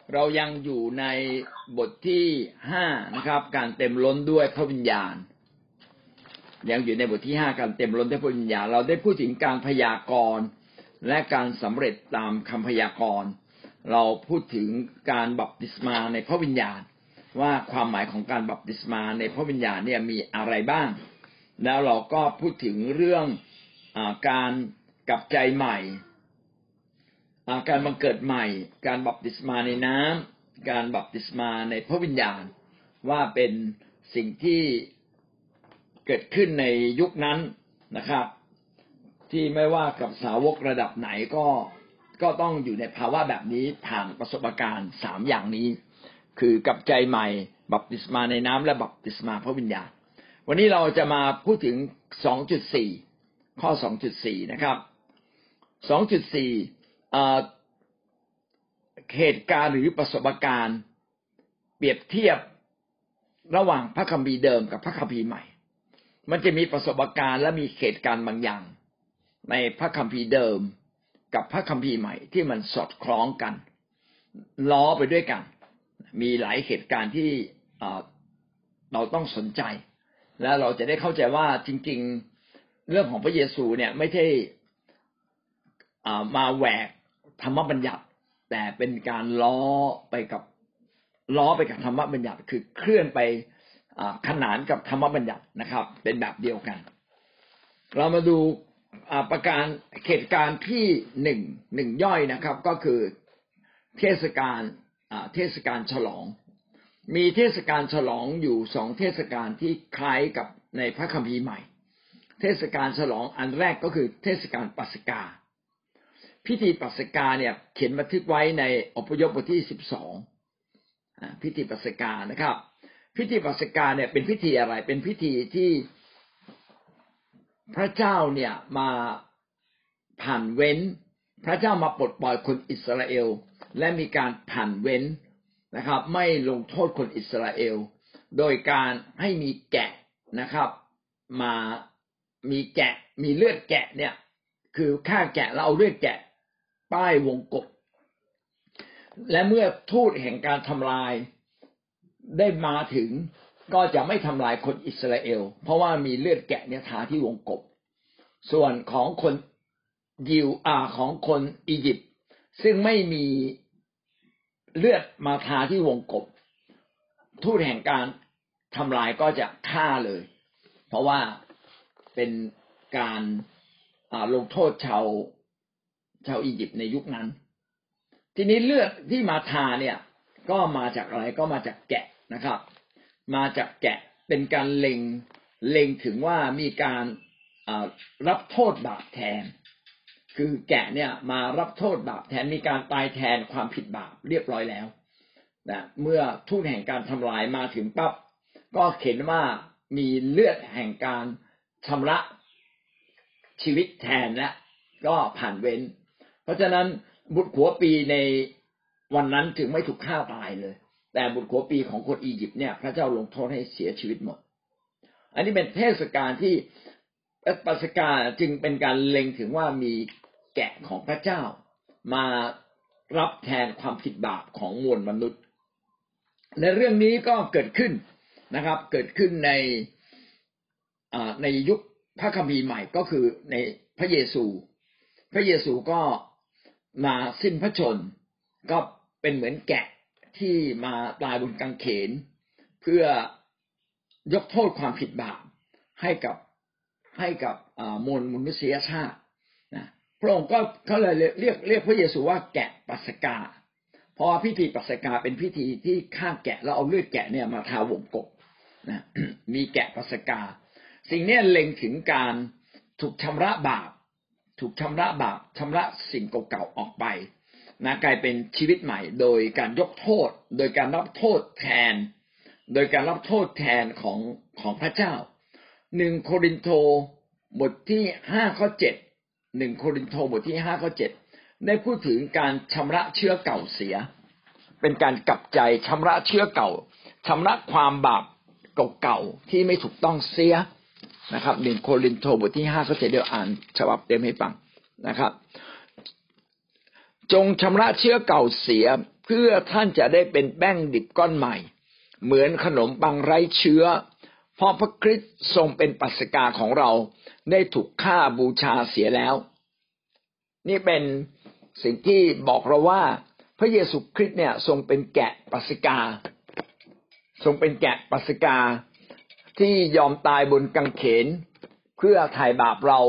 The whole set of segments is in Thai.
เรายังอยู่ในบทที่5นะครับการเต็มล้นด้วยพระวิญญาณยังอยู่ในบทที่5การเต็มล้นด้วยพระวิญญาณเราได้พูดถึงการพยากรณ์และการสำเร็จตามคำพยากรณ์เราพูดถึงการบัพติศมาในพระวิญญาณว่าความหมายของการบัพติศมาในพระวิญญาณเนี่ยมีอะไรบ้างแล้วเราก็พูดถึงเรื่องการกลับใจใหม่การบังเกิดใหม่การบัพติศมาในน้ำการบัพติศมาในพระวิญญาณว่าเป็นสิ่งที่เกิดขึ้นในยุคนั้นนะครับที่ไม่ว่ากับสาวกระดับไหนก็ต้องอยู่ในภาวะแบบนี้ผ่านประสบการณ์3อย่างนี้คือกลับใจใหม่บัพติศมาในน้ำและบัพติศมาพระวิญญาณวันนี้เราจะมาพูดถึง 2.4 ข้อ 2.4 นะครับ 2.4เหตุการณ์หรือประสบการณ์เปรียบเทียบระหว่างพระคัมภีร์เดิมกับพระคัมภีร์ใหม่มันจะมีประสบการณ์และมีเหตุการณ์บางอย่างในพระคัมภีร์เดิมกับพระคัมภีร์ใหม่ที่มันสอดคล้องกันล้อไปด้วยกันมีหลายเหตุการณ์ที่เราต้องสนใจและเราจะได้เข้าใจว่าจริงๆเรื่องของพระเยซูเนี่ยไม่ใช่มาแหวกธรรมบัญญัติแต่เป็นการล้อไปกับธรรมบัญญัติคือเคลื่อนไปขนานกับธรรมบัญญัตินะครับเป็นแบบเดียวกันเรามาดูประการเหตุการณ์ที่หนึ่งย่อยนะครับก็คือเทศกาลฉลองมีเทศกาลฉลองอยู่2เทศกาลที่คล้ายกับในพระคัมภีร์ใหม่เทศกาลฉลองอันแรกก็คือเทศกาลปัสกาพิธีปัสกาเนี่ยเขียนบันทึกไว้ในอพยพบทที่12พิธีปัสกานะครับพิธีปัสกาเนี่ยเป็นพิธีอะไรเป็นพิธีที่พระเจ้าเนี่ยมาผ่านเว้นพระเจ้ามาปลดปล่อยคนอิสราเอลและมีการผ่านเว้นนะครับไม่ลงโทษคนอิสราเอลโดยการให้มีแกะนะครับมามีแกะมีเลือดแกะเนี่ยคือฆ่าแกะแล้วเอาเลือดแกะป้ายวงกบและเมื่อทูตแห่งการทำลายได้มาถึงก็จะไม่ทำลายคนอิสราเอลเพราะว่ามีเลือดแกะเนี่ยทาที่วงกบส่วนของคนยิวของคนอียิปต์ซึ่งไม่มีเลือดมาทาที่วงกบทูตแห่งการทำลายก็จะฆ่าเลยเพราะว่าเป็นการลงโทษชาวอียิปต์ในยุคนั้นทีนี้เลือดที่มาทาเนี่ยก็มาจากอะไรก็มาจากแกะนะครับมาจากแกะเป็นการเล็งถึงว่ามีการรับโทษบาปแทนคือแกะเนี่ยมารับโทษบาปแทนมีการตายแทนความผิดบาปเรียบร้อยแล้วนะเมื่อทูตแห่งการทำลายมาถึงปั๊บก็เห็นว่ามีเลือดแห่งการชำระชีวิตแทนและก็ผ่านเว้นเพราะฉะนั้นบุตรขัวปีในวันนั้นถึงไม่ถูกฆ่าตายเลยแต่บุตรขัวปีของคนอียิปต์เนี่ยพระเจ้าลงโทษให้เสียชีวิตหมดอันนี้เป็นเทศกาลที่ปัสกาจึงเป็นการเล็งถึงว่ามีแกะของพระเจ้ามารับแทนความผิดบาปของมวลมนุษย์และเรื่องนี้ก็เกิดขึ้นนะครับเกิดขึ้นในยุคพระคัมภีร์ใหม่ก็คือในพระเยซูก็มาสิ้นพระชนก็เป็นเหมือนแกะที่มาตายบนกางเขนเพื่อยกโทษความผิดบาปให้กับมวลมนุษยชาตินะพระองค์ก็เขาเลยเรียกพระเยซูว่าแกะปัสกาเพราะว่าพิธีปัสกาเป็นพิธีที่ฆ่าแกะแล้วเอาเลือดแกะเนี่ยมาทาวงกบนะ มีแกะปัสกาสิ่งนี้เล็งถึงการถูกชำระบาปชำระสิ่งเก่าๆออกไปนะกลายเป็นชีวิตใหม่โดยการยกโทษโดยการรับโทษแทนของพระเจ้า1โครินโธบทที่5ข้อ7 1โครินโธบทที่5ข้อ7ได้พูดถึงการชำระเชื้อเก่าเสียเป็นการกลับใจชำระเชื้อเก่าชำระความบาปเก่าๆที่ไม่ถูกต้องเสียนะครับ1โครินโธบทที่5ข้อ7เดี๋ยวอ่านฉบับเต็มให้ฟังนะครับจงชำระเชื้อเก่าเสียเพื่อท่านจะได้เป็นแป้งดิบก้อนใหม่เหมือนขนมปังไร้เชื้อเพราะพระคริสต์ทรงเป็นปัสกาของเราได้ถูกฆ่าบูชาเสียแล้วนี่เป็นสิ่งที่บอกเราว่าพระเยซูคริสต์เนี่ยทรงเป็นแกะปัสกาทรงเป็นแกะปัสกาที่ยอมตายบนกางเขนเพื่อไถ่บาปเรา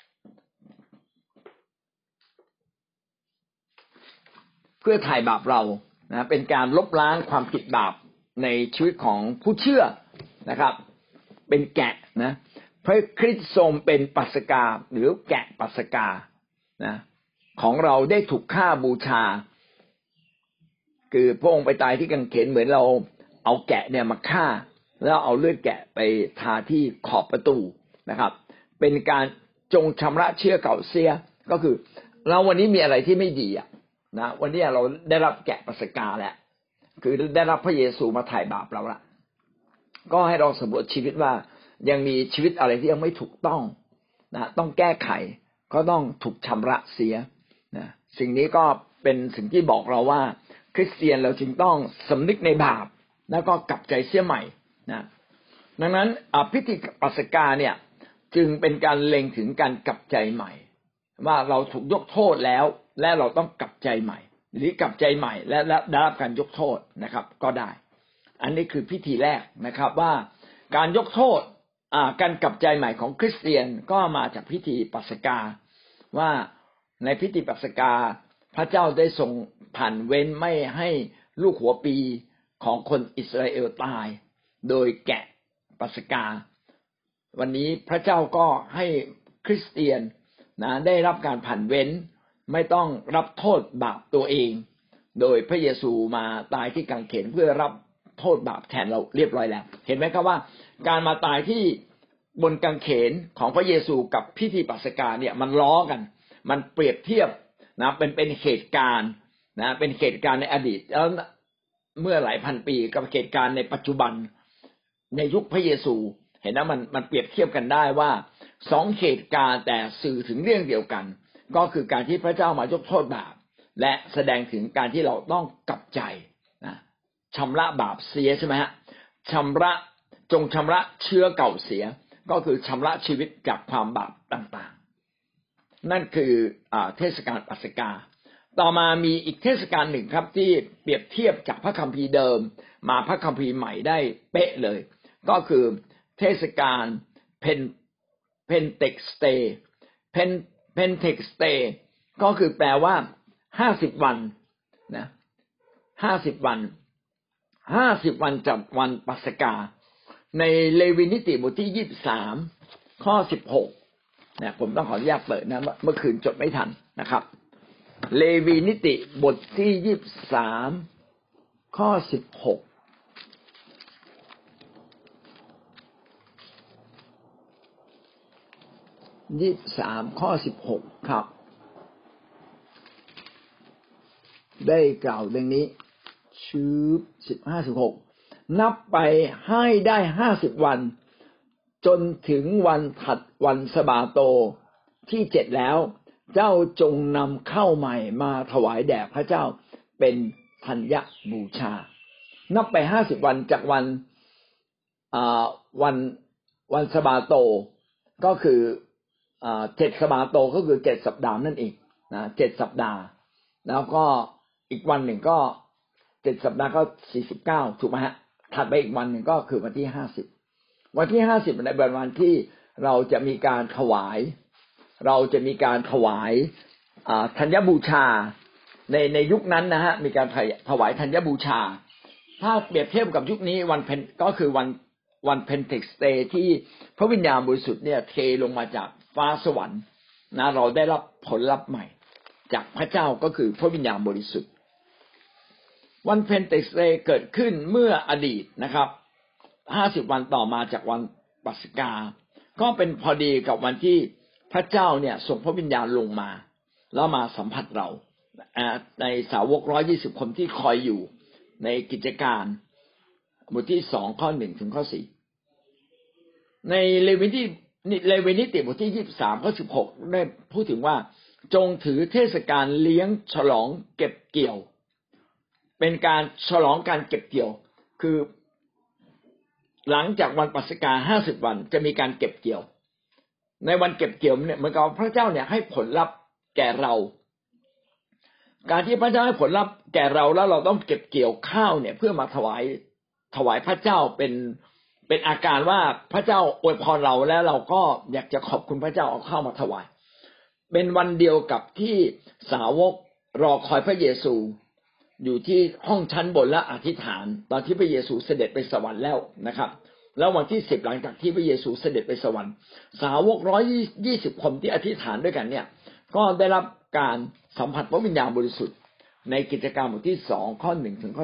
นะเป็นการลบล้างความผิดบาปในชีวิตของผู้เชื่อนะครับเป็นแกะนะพระคริสต์ทรงเป็นปัสกาหรือแกะปัสกานะของเราได้ถูกฆ่าบูชาคือพระองค์ไปตายที่กางเขนเหมือนเราเอาแกะเนี่ยมาฆ่าแล้วเอาเลือดแกะไปทาที่ขอบประตูนะครับเป็นการจงชำระเชื้อเก่าเสียก็คือเราวันนี้มีอะไรที่ไม่ดีนะวันนี้เราได้รับแกะปัสกาแล้วคือได้รับพระเยซูมาไถ่บาปเราละก็ให้เราสำรวจชีวิตว่ายังมีชีวิตอะไรที่ยังไม่ถูกต้องนะต้องแก้ไขก็ต้องถูกชำระเสียนะสิ่งนี้ก็เป็นสิ่งที่บอกเราว่าคริสเตียนเราจึงต้องสำนึกในบาปแล้วก็กลับใจเสียใหม่นะดังนั้นพิธีปัสกาเนี่ยจึงเป็นการเล็งถึงการกลับใจใหม่ว่าเราถูกยกโทษแล้วและเราต้องกลับใจใหม่หรือกลับใจใหม่และได้รับการยกโทษนะครับก็ได้อันนี้คือพิธีแรกนะครับว่าการยกโทษการกลับใจใหม่ของคริสเตียนก็มาจากพิธีปัสกาว่าในพิธีปัสกาพระเจ้าได้ทรงผ่านเว้นไม่ให้ลูกหัวปีของคนอิสราเอลตายโดยแกะปัสกาวันนี้พระเจ้าก็ให้คริสเตียนนะได้รับการผ่านเว้นไม่ต้องรับโทษบาปตัวเองโดยพระเยซูมาตายที่กางเขนเพื่อรับโทษบาปแทนเราเรียบร้อยแล้วเห็นไหมครับว่าการมาตายที่บนกางเขนของพระเยซูกับพิธีปัสกาเนี่ยมันล้อกันมันเปรียบเทียบนะเป็นเหตุการณ์นะเป็นเหตุการณ์ในอดีตแล้วเมื่อหลายพันปีกับเหตุการณ์ในปัจจุบันในยุคพระเยซูเห็นนะมันเปรียบเทียบกันได้ว่าสองเหตุการณ์แต่สื่อถึงเรื่องเดียวกันก็คือการที่พระเจ้ามายกโทษบาปและแสดงถึงการที่เราต้องกลับใจนะชำระบาปเสียใช่ไหมฮะจงชำระเชื้อเก่าเสียก็คือชำระชีวิตจากความบาปต่างๆนั่นคือเทศกาลปัสกาต่อมามีอีกเทศกาลหนึ่งครับที่เปรียบเทียบจากพระคัมภีร์เดิมมาพระคัมภีร์ใหม่ได้เป๊ะเลยก็คือเทศกาลเพนเทคสเตย์เพนเทคสเตย์ก็คือแปลว่า50วันนะ50วันจากวันปัสกาในเลวีนิติบทที่23ข้อ16นะผมต้องขออนุญาตเปิดนะเมื่อคืนจดไม่ทันนะครับเลวีนิติบทที่23ข้อ16ข้อ16ครับได้กล่าวดังนี้15-16นับไปให้ได้50วันจนถึงวันถัดวันสะบาโตที่7แล้วเจ้าจงนำข้าวใหม่มาถวายแด่พระเจ้าเป็นธัญบูชานับไป50วันจากวันสะบาโตก็คือ7สะบาโตก็คือ7สัปดาห์นั่นเองนะ7สัปดาห์แล้วก็อีกวันหนึ่งก็7สัปดาห์ก็49ถูกไหมฮะถัดไปอีกวันหนึ่งก็คือวันที่50วันที่50เป็นวันที่เราจะมีการถวายธัญบูชาในยุคนั้นนะฮะมีการถวายธัญบูชาถ้าเปรียบเทียบกับยุคนี้วันเพนก็คือวันเพนเทคสเตย์ที่พระวิญญาณบริสุทธิ์เนี่ยเทลงมาจากฟ้าสวรรค์นะเราได้รับผลลัพธ์ใหม่จากพระเจ้าก็คือพระวิญญาณบริสุทธิ์วันเพนเทคสเตย์เกิดขึ้นเมื่ออดีตนะครับ50วันต่อมาจากวันปัสกาก็เป็นพอดีกับวันที่พระเจ้าเนี่ยส่งพระวิญญาณลงมาแล้วมาสัมผัสเราในสาวก120คนที่คอยอยู่ในกิจการบทที่2ข้อ1ถึงข้อ4ในเลวีนิติบทที่23ข้อ16ได้พูดถึงว่าจงถือเทศกาลเลี้ยงฉลองเก็บเกี่ยวเป็นการฉลองการเก็บเกี่ยวคือหลังจากวันปัสกา50 วันจะมีการเก็บเกี่ยวในวันเก็บเกี่ยวเนี่ยเหมือนกับพระเจ้าเนี่ยให้ผลลัพธ์แก่เราการที่พระเจ้าให้ผลลัพธ์แก่เราแล้วเราต้องเก็บเกี่ยวข้าวเนี่ยเพื่อมาถวายพระเจ้าเป็นอาการว่าพระเจ้าอวยพรเราแล้วเราก็อยากจะขอบคุณพระเจ้าเอาข้าวมาถวายเป็นวันเดียวกับที่สาวกรอคอยพระเยซูอยู่ที่ห้องชั้นบนและอธิษฐานตอนที่พระเยซูเสด็จไปสวรรค์แล้วนะครับแล้ววันที่10หลังจากที่พระเยซูเสด็จไปสวรรค์สาวก120 คนที่อธิษฐานด้วยกันเนี่ยก็ได้รับการสัมผัสพระวิญญาณบริสุทธิ์ในกิจการบทที่2ข้อ1ถึงข้อ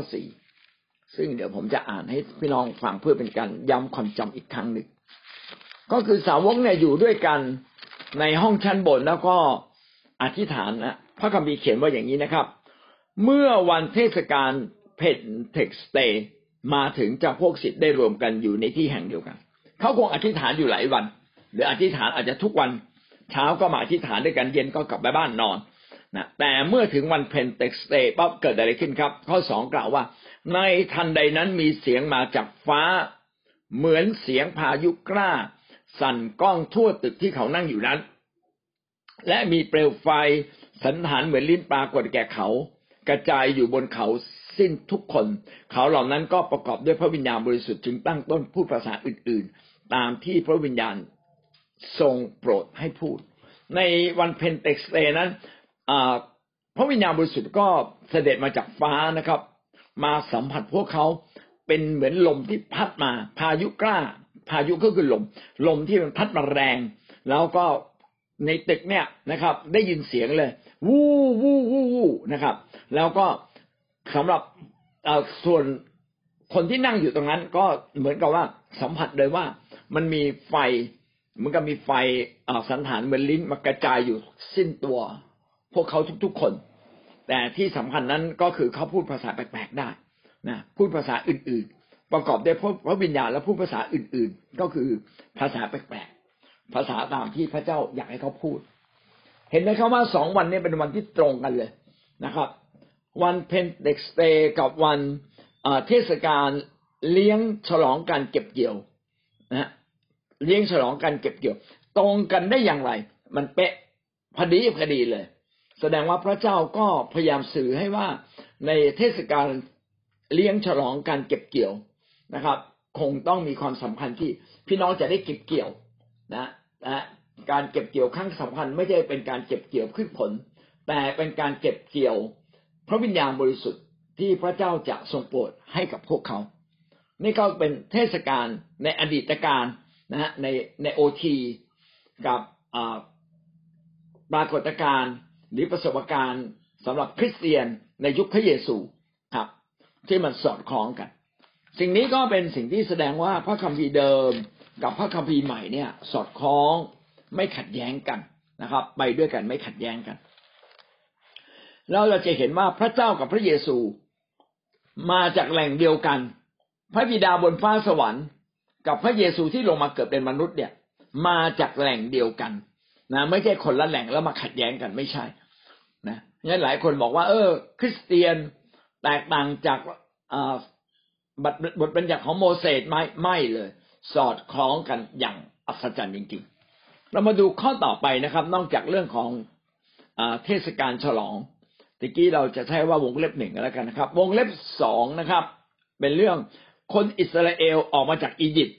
4ซึ่งเดี๋ยวผมจะอ่านให้พี่น้องฟังเพื่อเป็นการย้ำความจำอีกครั้งหนึ่งก็คือสาวกเนี่ยอยู่ด้วยกันในห้องชั้นบนแล้วก็อธิษฐานนะพระคัมภีร์เขียนว่าอย่างนี้นะครับเมื่อวันเทศกาลเพนเทคสเตย์มาถึงจะพวกศิษย์ได้รวมกันอยู่ในที่แห่งเดียวกันเขาคงอธิษฐานอยู่หลายวันหรืออธิษฐานอาจจะทุกวันเช้าก็มาอธิษฐานด้วยกันเย็นก็กลับไปบ้านนอนนะแต่เมื่อถึงวันเพนเทคสเตย์ปั๊บเกิดอะไรขึ้นครับข้อ2กล่าวว่าในทันใดนั้นมีเสียงมาจากฟ้าเหมือนเสียงพายุกล้าสั่นก้องทั่วตึกที่เขานั่งอยู่นั้นและมีเปลวไฟสันฐานเหมือนลิ้นปรากฏแก่เขากระจายอยู่บนเขาสิ้นทุกคนเขาเหล่านั้นก็ประกอบด้วยพระวิญญาณบริสุทธิ์จึงตั้งต้นพูดภาษาอื่นๆตามที่พระวิญญาณทรงโปรดให้พูดในวันเพนเทคสเตย์นั้นพระวิญญาณบริสุทธิ์ก็เสด็จมาจากฟ้านะครับมาสัมผัสพวกเขาเป็นเหมือนลมที่พัดมาพายุกล้าพายุก็คือลมที่มันพัดมาแรงแล้วก็ในตึกเนี่ยนะครับได้ยินเสียงเลยวู้วู้วู้วู้นะครับแล้วก็สำหรับส่วนคนที่นั่งอยู่ตรงนั้นก็เหมือนกับว่าสัมผัสเลยว่ามันมีไฟเหมือนกับมีไฟสันฐานเหมือนลิ้นมากระจายอยู่สิ้นตัวพวกเขาทุกๆคนแต่ที่สำคัญนั้นก็คือเขาพูดภาษาแปลกๆได้นะพูดภาษาอื่นๆประกอบด้วยพระวิญญาณและพูดภาษาอื่นๆก็คือภาษาแปลกๆภาษาตามที่พระเจ้าอยากให้เขาพูดเห็นไหมครับว่า2 วันนี้เป็นวันที่ตรงกันเลยนะครับวันเพนเทคสเตย์กับวันเทศกาลเลี้ยงฉลองการเก็บเกี่ยวนะเลี้ยงฉลองการเก็บเกี่ยวตรงกันได้อย่างไรมันเป๊ะพอดีเลยแสดงว่าพระเจ้าก็พยายามสื่อให้ว่าในเทศกาลเลี้ยงฉลองการเก็บเกี่ยวนะครับคงต้องมีความสัมพันธ์ที่พี่น้องจะได้เก็บเกี่ยวนะการเก็บเกี่ยวครั้งสำคัญไม่ใช่เป็นการเก็บเกี่ยวพืชผลแต่เป็นการเก็บเกี่ยวพระวิญญาณบริสุทธิ์ที่พระเจ้าจะทรงโปรดให้กับพวกเขานี่ก็เป็นเทศกาลในอดีตการนะฮะในโอทีกับปรากฏการณ์หรือประสบการณ์สำหรับคริสเตียนในยุคพระเยซูครับที่มันสอดคล้องกันสิ่งนี้ก็เป็นสิ่งที่แสดงว่าพระคัมภีร์เดิมกับพระคัมภีร์ใหม่เนี่ยสอดคล้องไม่ขัดแย้งกันนะครับไปด้วยกันไม่ขัดแย้งกันแล้วเราจะเห็นว่าพระเจ้ากับพระเยซูมาจากแหล่งเดียวกันพระบิดาบนฟ้าสวรรค์กับพระเยซูที่ลงมาเกิดเป็นมนุษย์เนี่ยมาจากแหล่งเดียวกันนะไม่ใช่คนละแหล่งแล้วมาขัดแย้งกันไม่ใช่นะงั้นหลายคนบอกว่าคริสเตียนแตกต่างจากบทบัญญัติของโมเสสไม่เลยสอดคล้องกันอย่างอัศจรรย์จริงๆเรามาดูข้อต่อไปนะครับนอกจากเรื่องของเทศกาลฉลองตะกี้เราจะใช้ว่าวงเล็บ1แล้วกันนะครับวงเล็บ2นะครับเป็นเรื่องคนอิสราเอลออกมาจากอียิปต์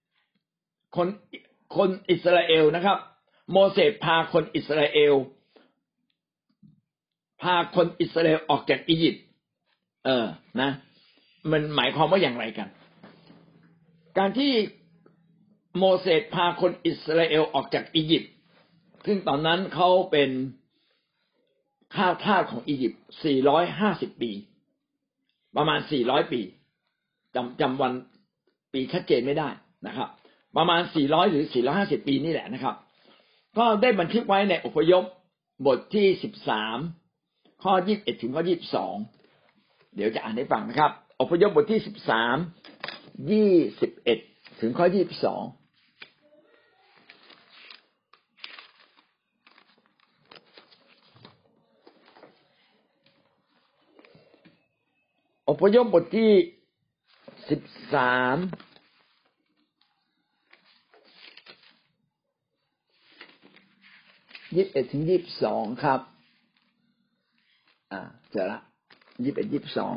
คนอิสราเอลนะครับโมเสสพาคนอิสราเอลออกจากอียิปต์นะมันหมายความว่าอย่างไรกันการที่โมเสสพาคนอิสราเอลออกจากอียิปต์ซึ่งตอนนั้นเขาเป็นข้าทาสของอียิปต์450 ปีประมาณ400 ปีจำวันปีชัดเจนไม่ได้นะครับประมาณ400หรือ450 ปีนี่แหละนะครับก็ได้บันทึกไว้ในอพยพบทที่13ข้อ21ถึงข้อ22เดี๋ยวจะอ่านให้ฟังนะครับอพยพบทที่13 21ถึงข้อ22 อพยพบทที่13 21 ถึง 22ครับเจอละ21 22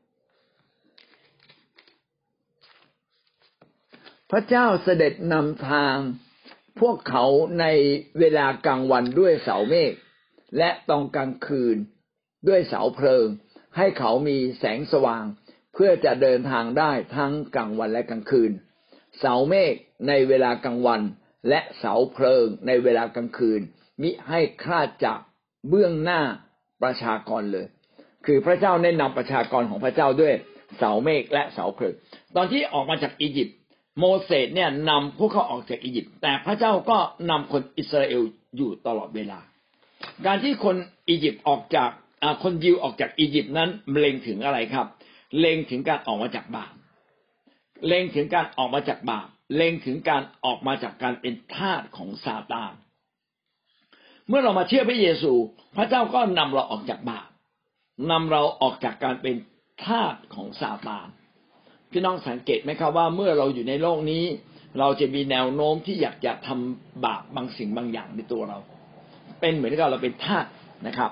พระเจ้าเสด็จนำทางพวกเขาในเวลากลางวันด้วยเสาเมฆและตอนกลางคืนด้วยเสาเพลิงให้เขามีแสงสว่างเพื่อจะเดินทางได้ทั้งกลางวันและกลางคืนเสาเมฆในเวลากลางวันและเสาเพลิงในเวลากลางคืนมิให้คลาดจากเบื้องหน้าประชากรเลยคือพระเจ้าได้นำประชากรของพระเจ้าด้วยเสาเมฆและเสาเพลิงตอนที่ออกมาจากอียิปต์โมเสสเนี่ยนำพวกเขาออกจากอียิปต์แต่พระเจ้าก็นำคนอิสราเอลอยู่ตลอดเวลาการที่คนอียิปต์ออกจากคนยิวออกจากอียิปต์นั้นเล็งถึงอะไรครับเล็งถึงการออกมาจากบาปเล็งถึงการออกมาจากบาปเล็งถึงการออกมาจากการเป็นทาสของซาตานเมื่อเรามาเชื่อพระเยซูพระเจ้าก็นำเราออกจากบาปนำเราออกจากการเป็นทาสของซาตานพี่น้องสังเกตไหมครับว่าเมื่อเราอยู่ในโลกนี้เราจะมีแนวโน้มที่อยากจะทำบาปบางสิ่งบางอย่างในตัวเราเป็นเหมือนกับเราเป็นทาสนะครับ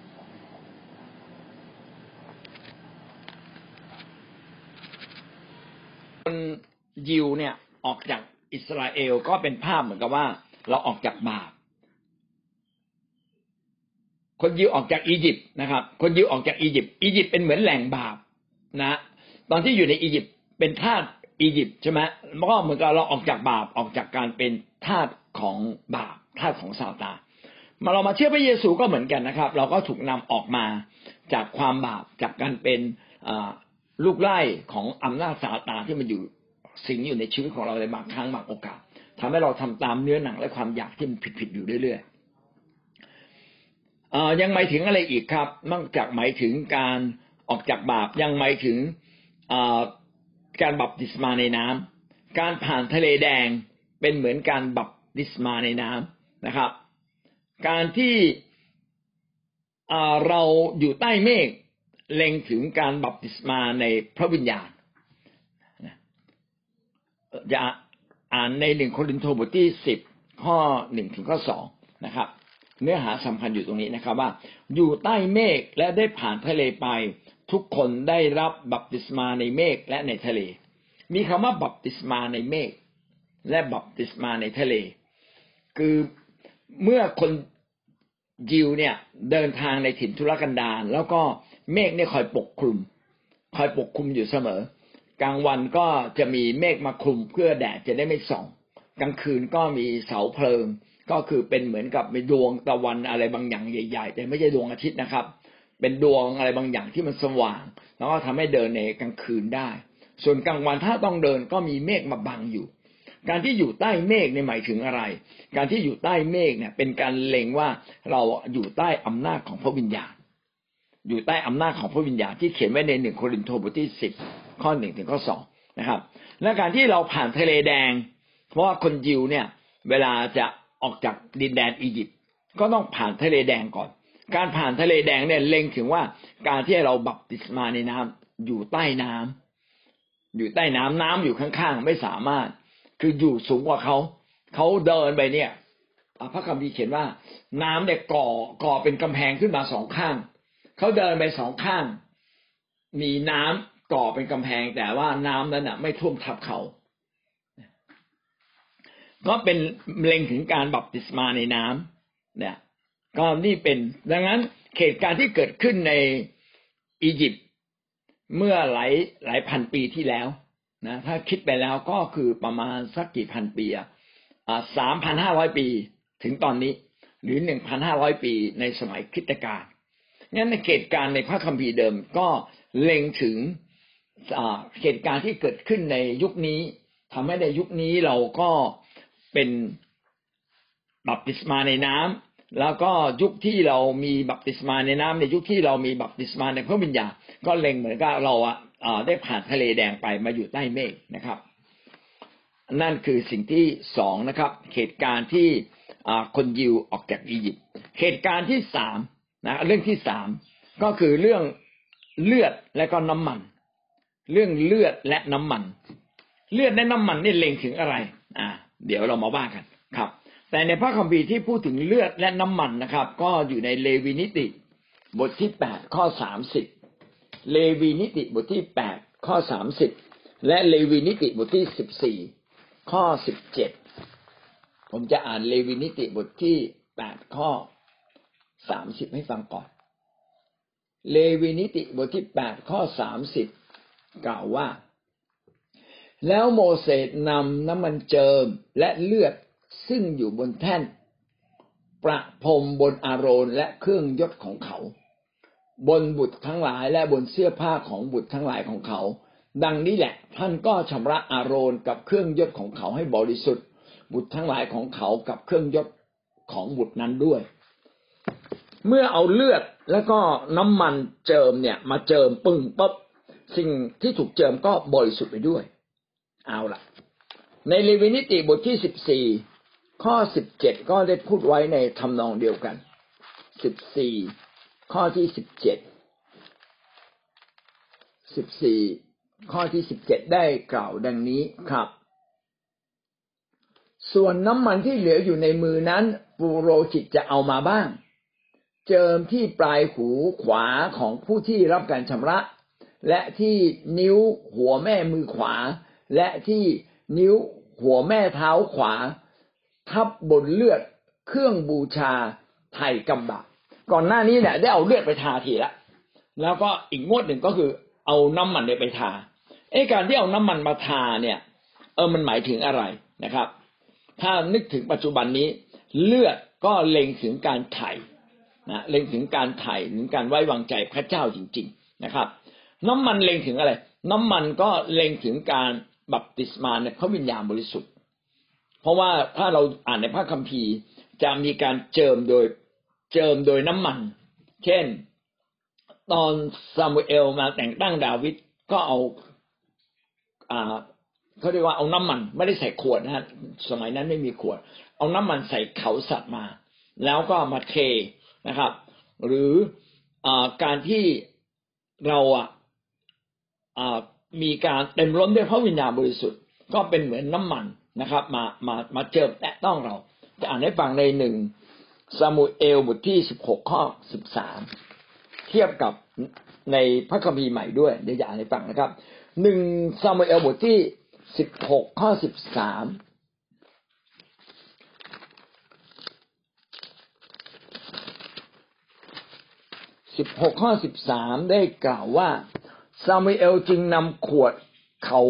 คนยิวเนี่ยออกจากอิสราเอลก็เป็นภาพเหมือนกับว่าเราออกจากบาปคนยิวออกจากอียิปต์นะครับคนยิวออกจากอียิปต์เป็นเหมือนแหล่งบาปนะตอนที่อยู่ในอียิปต์เป็นทาสอียิปต์ใช่ไหมก็เหมือนกับเราออกจากบาปออกจากการเป็นทาสของบาปทาสของซาตานมาเรามาเชื่อพระเยซูก็เหมือนกันนะครับเราก็ถูกนำออกมาจากความบาปจากการเป็นลูกไล่ของอำนาจซาตานที่มันอยู่สิงอยู่ในชีวิตของเราในบางครั้งบางโอกาสทำให้เราทำตามเนื้อหนังและความอยากที่มันผิดๆอยู่เรื่อยๆยังหมายถึงอะไรอีกครับนอกจากหมายถึงการออกจากบาปยังหมายถึงการบัพติศมาในน้ำการผ่านทะเลแดงเป็นเหมือนการบัพติศมาในน้ำนะครับการที่เราอยู่ใต้เมฆเล็งถึงการบัพติศมาในพระวิญญาณจะอ่านใน1 โครินธ์บทที่10ข้อ1ถึงข้อ2นะครับเนื้อหาสำคัญอยู่ตรงนี้นะครับว่าอยู่ใต้เมฆและได้ผ่านทะเลไปทุกคนได้รับบัพติศมาในเมฆและในทะเลมีคำว่าบัพติศมาในเมฆและบัพติศมาในทะเลคือเมื่อคนยิวเนี่ยเดินทางในถิ่นทุรกันดารแล้วก็เมฆเนี่ยคอยปกคลุมอยู่เสมอกลางวันก็จะมีเมฆมาคลุมเพื่อแดดจะได้ไม่ส่องกลางคืนก็มีเสาเพลิงก็คือเป็นเหมือนกับมีดวงตะวันอะไรบางอย่างใหญ่ๆแต่ไม่ใช่ดวงอาทิตย์นะครับเป็นดวงอะไรบางอย่างที่มันสว่างแล้วก็ทำให้เดินในกลางคืนได้ส่วนกลางวันถ้าต้องเดินก็มีเมฆมาบังอยู่การที่อยู่ใต้เมฆเนี่ยหมายถึงอะไรการที่อยู่ใต้เมฆเนี่ยเป็นการเล็งว่าเราอยู่ใต้อำนาจของพระวิญญาณอยู่ใต้อำนาจของพระวิญญาณที่เขียนไว้ใน1 โครินธ์บทที่10ข้อ1ถึงข้อ2นะครับและการที่เราผ่านทะเลแดงเพราะว่าคนยิวเนี่ยเวลาจะออกจากดินแดนอียิปต์ก็ต้องผ่านทะเลแดงก่อนการผ่านทะเลแดงเนี่ยเล็งถึงว่าการที่เราบัพติศมาในน้ำอยู่ใต้น้ำอยู่ข้างๆไม่สามารถคืออยู่สูงกว่าเขาเดินไปเนี่ยพระคัมภีร์เขียนว่าน้ำเนี่ยก่อเป็นกำแพงขึ้นมา2ข้างเขาเดินไป2ข้างมีน้ำก่อเป็นกำแพงแต่ว่าน้ำนั้นไม่ท่วมทับเขาก็เป็นเล็งถึงการบัพติศมาในน้ำเนี่ยก็นี่เป็นดังนั้นเหตุการณ์ที่เกิดขึ้นในอียิปต์เมื่อหลายพันปีที่แล้วนะถ้าคิดไปแล้วก็คือประมาณสักกี่พันปี3,500 ปีถึงตอนนี้หรือ 1,500 ปีในสมัยคริสตกาลงั้นในเหตุการณ์ในพระคัมภีร์เดิมก็เล็งถึงเหตุการณ์ที่เกิดขึ้นในยุคนี้ทำให้ในยุคนี้เราก็เป็นบัพติศมาในน้ำแล้วก็ยุคที่เรามีบัพติศมาในน้ำในยุคที่เรามีบัพติศมาในพระวิญญาณก็เล็งเหมือนกับเราได้ผ่านทะเลแดงไปมาอยู่ใต้เมฆนะครับนั่นคือสิ่งที่2นะครับเหตุการณ์ที่คนยิวออกจากอียิปต์เหตุการณ์ที่3นะเรื่องที่3ก็คือเรื่องเลือดและก็น้ำมันเรื่องเลือดและน้ำมันเลือดและน้ำมันนี่เล็งถึงอะไรเดี๋ยวเรามาว่ากันครับแต่ในพระคัมภีร์ที่พูดถึงเลือดและน้ำมันนะครับก็อยู่ในเลวีนิติบทที่8ข้อ30เลวีนิติบทที่8ข้อ30และเลวีนิติบทที่14ข้อ17ผมจะอ่านเลวีนิติบทที่8ข้อ30ให้ฟังก่อนเลวีนิติบทที่8ข้อ30กล่าวว่าแล้วโมเสสนำน้ำมันเจิมและเลือดซึ่งอยู่บนแท่นประพรมบนอาโรนและเครื่องยศของเขาบนบุตรทั้งหลายและบนเสื้อผ้าของบุตรทั้งหลายของเขาดังนี้แหละท่านก็ชำระอาโรนกับเครื่องยศของเขาให้บริสุทธิ์บุตรทั้งหลายของเขากับเครื่องยศของบุตรนั้นด้วยเมื่อเอาเลือดแล้วก็น้ำมันเจิมเนี่ยมาเจิมปึ้งปั๊บสิ่งที่ถูกเจิมก็บริสุทธิ์ไปด้วยเอาล่ะในเลวีนิติบทที่14ข้อ17ก็ได้พูดไว้ในทำนองเดียวกัน14ข้อที่14ข้อที่17ได้กล่าวดังนี้ครับส่วนน้ำมันที่เหลืออยู่ในมือนั้นปุโรหิตจะเอามาบ้างเจิมที่ปลายหูขวาของผู้ที่รับการชำระและที่นิ้วหัวแม่มือขวาและที่นิ้วหัวแม่เท้าขวาทับบนเลือดเครื่องบูชาไถ่กำบะก่อนหน้านี้เนี่ยได้เอาเลือดไปทาทีละแล้วก็อีกงวดหนึ่งก็คือเอาน้ำมันไปทาการที่เอาน้ำมันมาทาเนี่ยมันหมายถึงอะไรนะครับถ้านึกถึงปัจจุบันนี้เลือดก็เล็งถึงการไถ่นะเล็งถึงการไถ่ถึงการไว้วางใจพระเจ้าจริงๆนะครับน้ำมันเล็งถึงอะไรน้ำมันก็เล็งถึงการบัพติศมาในพระวิญญาณบริสุทธิ์เพราะว่าถ้าเราอ่านในพระคัมภีร์จะมีการเจิมโดยน้ำมันเช่นตอนซามูเอลมาแต่งตั้งดาวิดก็เอาเขาเรียกว่าเอาน้ำมันไม่ได้ใส่ขวดนะฮะสมัยนั้นไม่มีขวดเอาน้ำมันใส่เขาสัตว์มาแล้วก็มาเทนะครับหรือการที่เรามีการเต็มล้นด้วยพระวิญญาณบริสุทธิ์ก็เป็นเหมือนน้ำมันนะครับมาเจิมแตะต้องเราจะอ่านให้ฟังใน1ซามูเอลบทที่16ข้อ13เทียบกับในพระคัมภีร์ใหม่ด้วยเดี๋ยวจะอ่านให้ฟังนะครับ1ซามูเอลบทที่16ข้อ13 16ข้อ13ได้กล่าวว่าซามูเอลจึงนำขวดเขา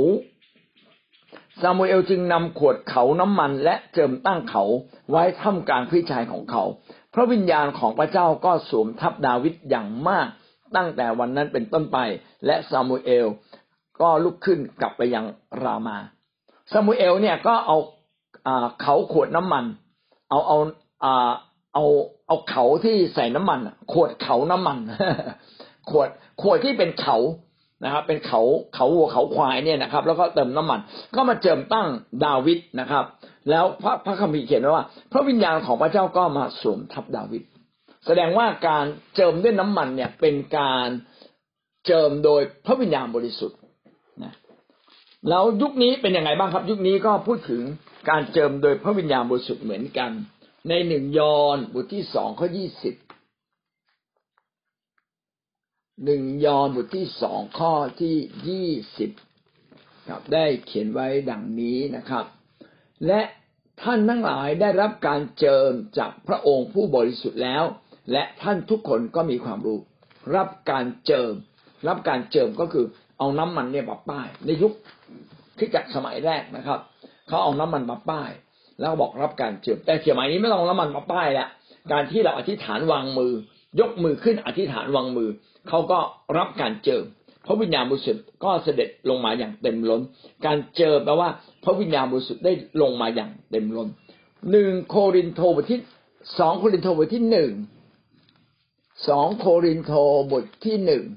น้ำมันและเจิมตั้งเขาไว้ท่ามกลางพี่ชายของเขาพระวิญญาณของพระเจ้าก็สวมทับดาวิดอย่างมากตั้งแต่วันนั้นเป็นต้นไปและซามูเอลก็ลุกขึ้นกลับไปยังรามาซามูเอลเนี่ยก็เอาเขาขวดน้ำมันเอาเขาที่ใส่น้ำมันขวดเขาน้ำมัน ขวดที่เป็นเขานะครับเป็นเขาวัวเขาควายเนี่ยนะครับแล้วก็เติมน้ำมันก็มาเจิมตั้งดาวิดนะครับแล้วพระคัมภีร์เขียนไว้ว่าพระวิญญาณของพระเจ้าก็มาสวมทับดาวิดแสดงว่าการเจิมด้วยน้ำมันเนี่ยเป็นการเจิมโดยพระวิญญาณบริสุทธิ์นะแล้วยุคนี้เป็นยังไงบ้างครับยุคนี้ก็พูดถึงการเจิมโดยพระวิญญาณบริสุทธิ์เหมือนกันใน1 ยอห์นบทที่2ข้อ20 1 ยอห์นบทที่2ข้อที่20ครับได้เขียนไว้ดังนี้นะครับและท่านทั้งหลายได้รับการเจิมจากพระองค์ผู้บริสุทธิ์แล้วและท่านทุกคนก็มีความรู้รับการเจิมก็คือเอาน้ำมันเนี่ยมาป้ายในยุคที่จากสมัยแรกนะครับเขาเอาน้ำมันมาป้ายแล้วบอกรับการเจิมแต่สมัยนี้ไม่ต้องน้ำมันมาป้ายแล้วการที่เราอธิษฐานวางมือยกมือขึ้นอธิษฐานวางมือเขาก็รับการเจิมพระวิญญาณบริสุทธิ์ก็เสด็จลงมาอย่างเต็มล้นการเจิมแปลว่าพระวิญญาณบริสุทธิ์ได้ลงมาอย่างเต็มล้น2 โครินธ์บทที่2 โครินธ์บทที่2 โครินธ์บทที่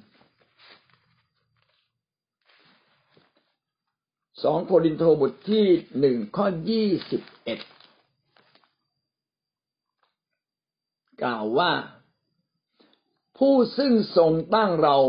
2 โครินธ์บทที่1ข้อ21กล่าวว่าผู้ซึ่งทรงตั้งเรา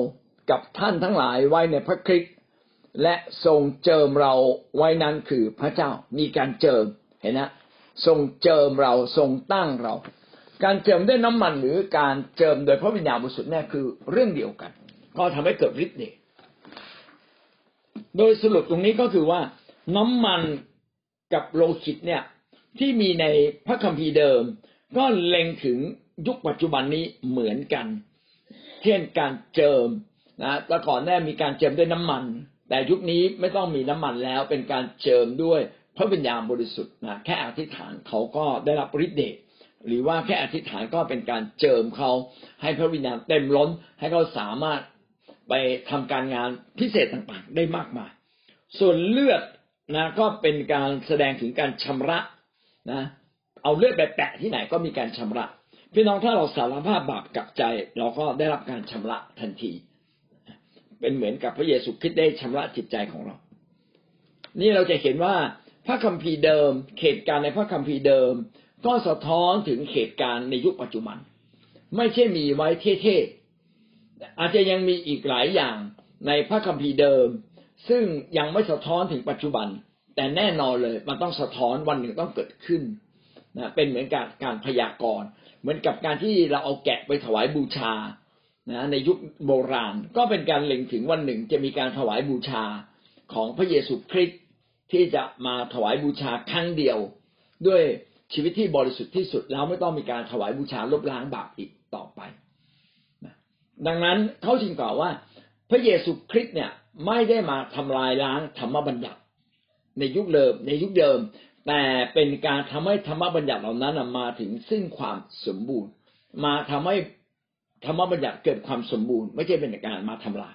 กับท่านทั้งหลายไว้ในพระคริสต์และทรงเจิมเราไว้นั้นคือพระเจ้ามีการเจิมเห็นนะทรงเจิมเราทรงตั้งเราการเจิมด้วยน้ำมันหรือการเจิมโดยพระวิญญาณบริสุทธิ์เนี่ยคือเรื่องเดียวกันก็ทำให้เกิดฤทธิ์เดชโดยสรุปตรงนี้ก็คือว่าน้ำมันกับโลหิตเนี่ยที่มีในพระคัมภีร์เดิมก็เล็งถึงยุคปัจจุบันนี้เหมือนกันเช่นการเจิมนะแต่ก่อนแน่มีการเจิมด้วยน้ำมันแต่ยุคนี้ไม่ต้องมีน้ำมันแล้วเป็นการเจิมด้วยพระวิญญาณบริสุทธิ์นะแค่อธิษฐานเขาก็ได้รับฤทธิ์เดชหรือว่าแค่อธิษฐานก็เป็นการเจิมเขาให้พระวิญญาณเต็มล้นให้เขาสามารถไปทำการงานพิเศษต่างๆได้มากมายส่วนเลือดนะก็เป็นการแสดงถึงการชำระนะเอาเลือดไปแปะที่ไหนก็มีการชำระพี่น้องถ้าเราสารภาพบาปกับใจเราก็ได้รับการชำระทันทีเป็นเหมือนกับพระเยซูคริสต์ได้ชำระจิตใจของเรานี่เราจะเห็นว่าพระคัมภีร์เดิมเหตุการณ์ในพระคัมภีร์เดิมก็สะท้อนถึงเหตุการณ์ในยุคปัจจุบันไม่ใช่มีไว้เท่ๆอาจจะยังมีอีกหลายอย่างในพระคัมภีร์เดิมซึ่งยังไม่สะท้อนถึงปัจจุบันแต่แน่นอนเลยมันต้องสะท้อนวันหนึ่งต้องเกิดขึ้นนะเป็นเหมือนการพยากรณ์เหมือนกับการที่เราเอาแกะไปถวายบูชานะในยุคโบราณก็เป็นการเล็งถึงวันหนึ่งจะมีการถวายบูชาของพระเยซูคริสต์ที่จะมาถวายบูชาครั้งเดียวด้วยชีวิตที่บริสุทธิ์ที่สุดแล้วไม่ต้องมีการถวายบูชาลบล้างบาปอีกต่อไปนะดังนั้นเขาจึงกล่าวว่าพระเยซูคริสต์เนี่ยไม่ได้มาทำลายล้างธรรมบัญญัติในยุคเดิมแต่เป็นการทำให้ธรรมบัญญัติเหล่านั้นมาถึงซึ่งความสมบูรณ์มาทำให้ธรรมบัญญัติเกิดความสมบูรณ์ไม่ใช่เป็นการมาทำลาย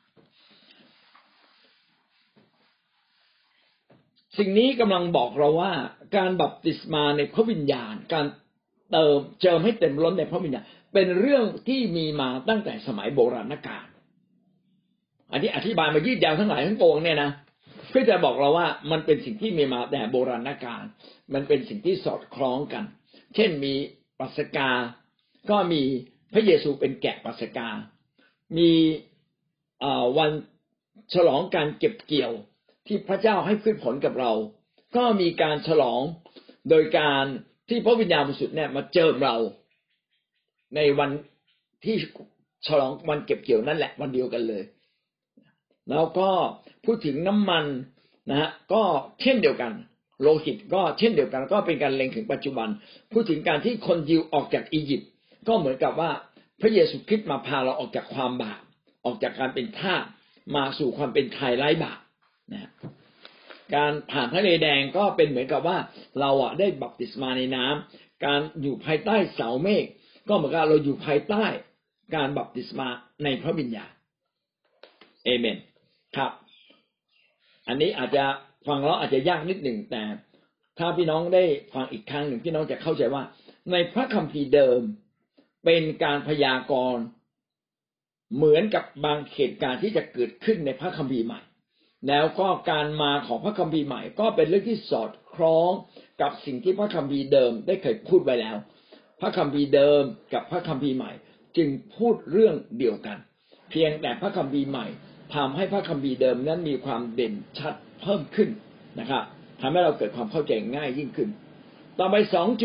สิ่งนี้กำลังบอกเราว่าการบัพติศมาในพระวิญญาณการเจิมให้เต็มล้นในพระวิญญาณเป็นเรื่องที่มีมาตั้งแต่สมัยโบราณกาลอันนี้อธิบายมายืดยาวทั้งหลายทั้งปวงเนี่ยนะเพื่อจะบอกเราว่ามันเป็นสิ่งที่มีมาแต่โบราณกาลมันเป็นสิ่งที่สอดคล้องกันเช่นมีปัสกาก็มีพระเยซูเป็นแกะปัสกามีวันฉลองการเก็บเกี่ยวที่พระเจ้าให้พืชผลกับเราก็มีการฉลองโดยการที่พระวิญญาณบริสุทธิ์เนี่ยมาเจิมเราในวันที่ฉลองวันเก็บเกี่ยวนั่นแหละวันเดียวกันเลยแล้วก็พูดถึงน้ำมันนะฮะก็เช่นเดียวกันโลหิตก็เช่นเดียวกันก็เป็นการเล็งถึงปัจจุบันพูดถึงการที่คนยิวออกจากอียิปต์ก็เหมือนกับว่าพระเยซูคริสต์มาพาเราออกจากความบาปออกจากการเป็นทาสมาสู่ความเป็นไทยไร้บาปนะการผ่านทะเลแดงก็เป็นเหมือนกับว่าเราได้บัพติศมาในน้ำการอยู่ภายใต้เสาเมฆก็เหมือนกับเราอยู่ภายใต้การบัพติศมาในพระวิญญาณเอเมนครับอันนี้อาจจะฟังแล้วอาจจะยากนิดหนึ่งแต่ถ้าพี่น้องได้ฟังอีกครั้งหนึ่งพี่น้องจะเข้าใจว่าในพระคัมภีร์เดิมเป็นการพยากรณ์เหมือนกับบางเหตุการณ์ที่จะเกิดขึ้นในพระคัมภีร์ใหม่แล้วก็การมาของพระคัมภีร์ใหม่ก็เป็นเรื่องที่สอดคล้องกับสิ่งที่พระคัมภีร์เดิมได้เคยพูดไว้แล้วพระคัมภีร์เดิมกับพระคัมภีร์ใหม่จึงพูดเรื่องเดียวกันเพียงแต่พระคัมภีร์ใหม่ทำให้พระคัมภีร์เดิมนั้นมีความเด่นชัดเพิ่มขึ้นนะครับทำให้เราเกิดความเข้าใจง่ายยิ่งขึ้นต่อไป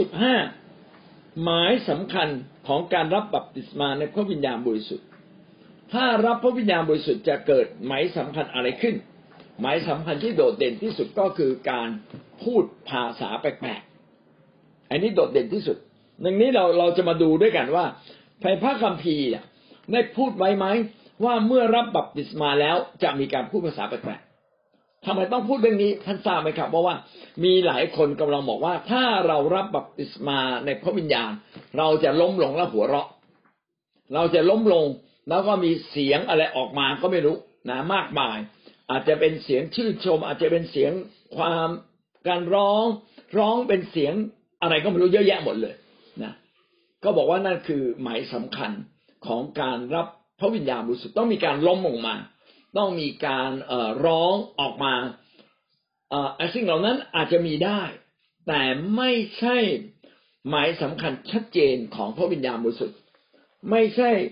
2.5 หมายสำคัญของการรับบัพติศมาในพระวิญญาณบริสุทธิ์ถ้ารับพระวิญญาณบริสุทธิ์จะเกิดหมายสำคัญอะไรขึ้นหมายสำคัญที่โดดเด่นที่สุดก็คือการพูดภาษาแปลกๆอันนี้โดดเด่นที่สุดดังนี้เราจะมาดูด้วยกันว่าในพระคัมภีร์ได้พูดไว้ไหมว่าเมื่อรับบัพติศมาแล้วจะมีการพูดภาษาแปลกๆทำไมต้องพูดเรื่องนี้ท่านทราบไหมครับเพราะว่ามีหลายคนกำลังบอกว่าถ้าเรารับบัพติศมาในพระวิญญาณเราจะล้มลงและหัวเราะเราจะล้มลงแล้วก็มีเสียงอะไรออกมาก็ไม่รู้นะมากมายอาจจะเป็นเสียงชื่นชมอาจจะเป็นเสียงความการร้องเป็นเสียงอะไรก็ไม่รู้เยอะแยะหมดเลยนะก็บอกว่านั่นคือหมายสำคัญของการรับพระวิญญาณบริสุทธิ์ต้องมีการล้มลงมาต้องมีการร้องออกมาสิ่งเหล่านั้นอาจจะมีได้แต่ไม่ใช่หมายสำคัญชัดเจนของพระวิญญาณบริสุทธิ์ไม่ใช่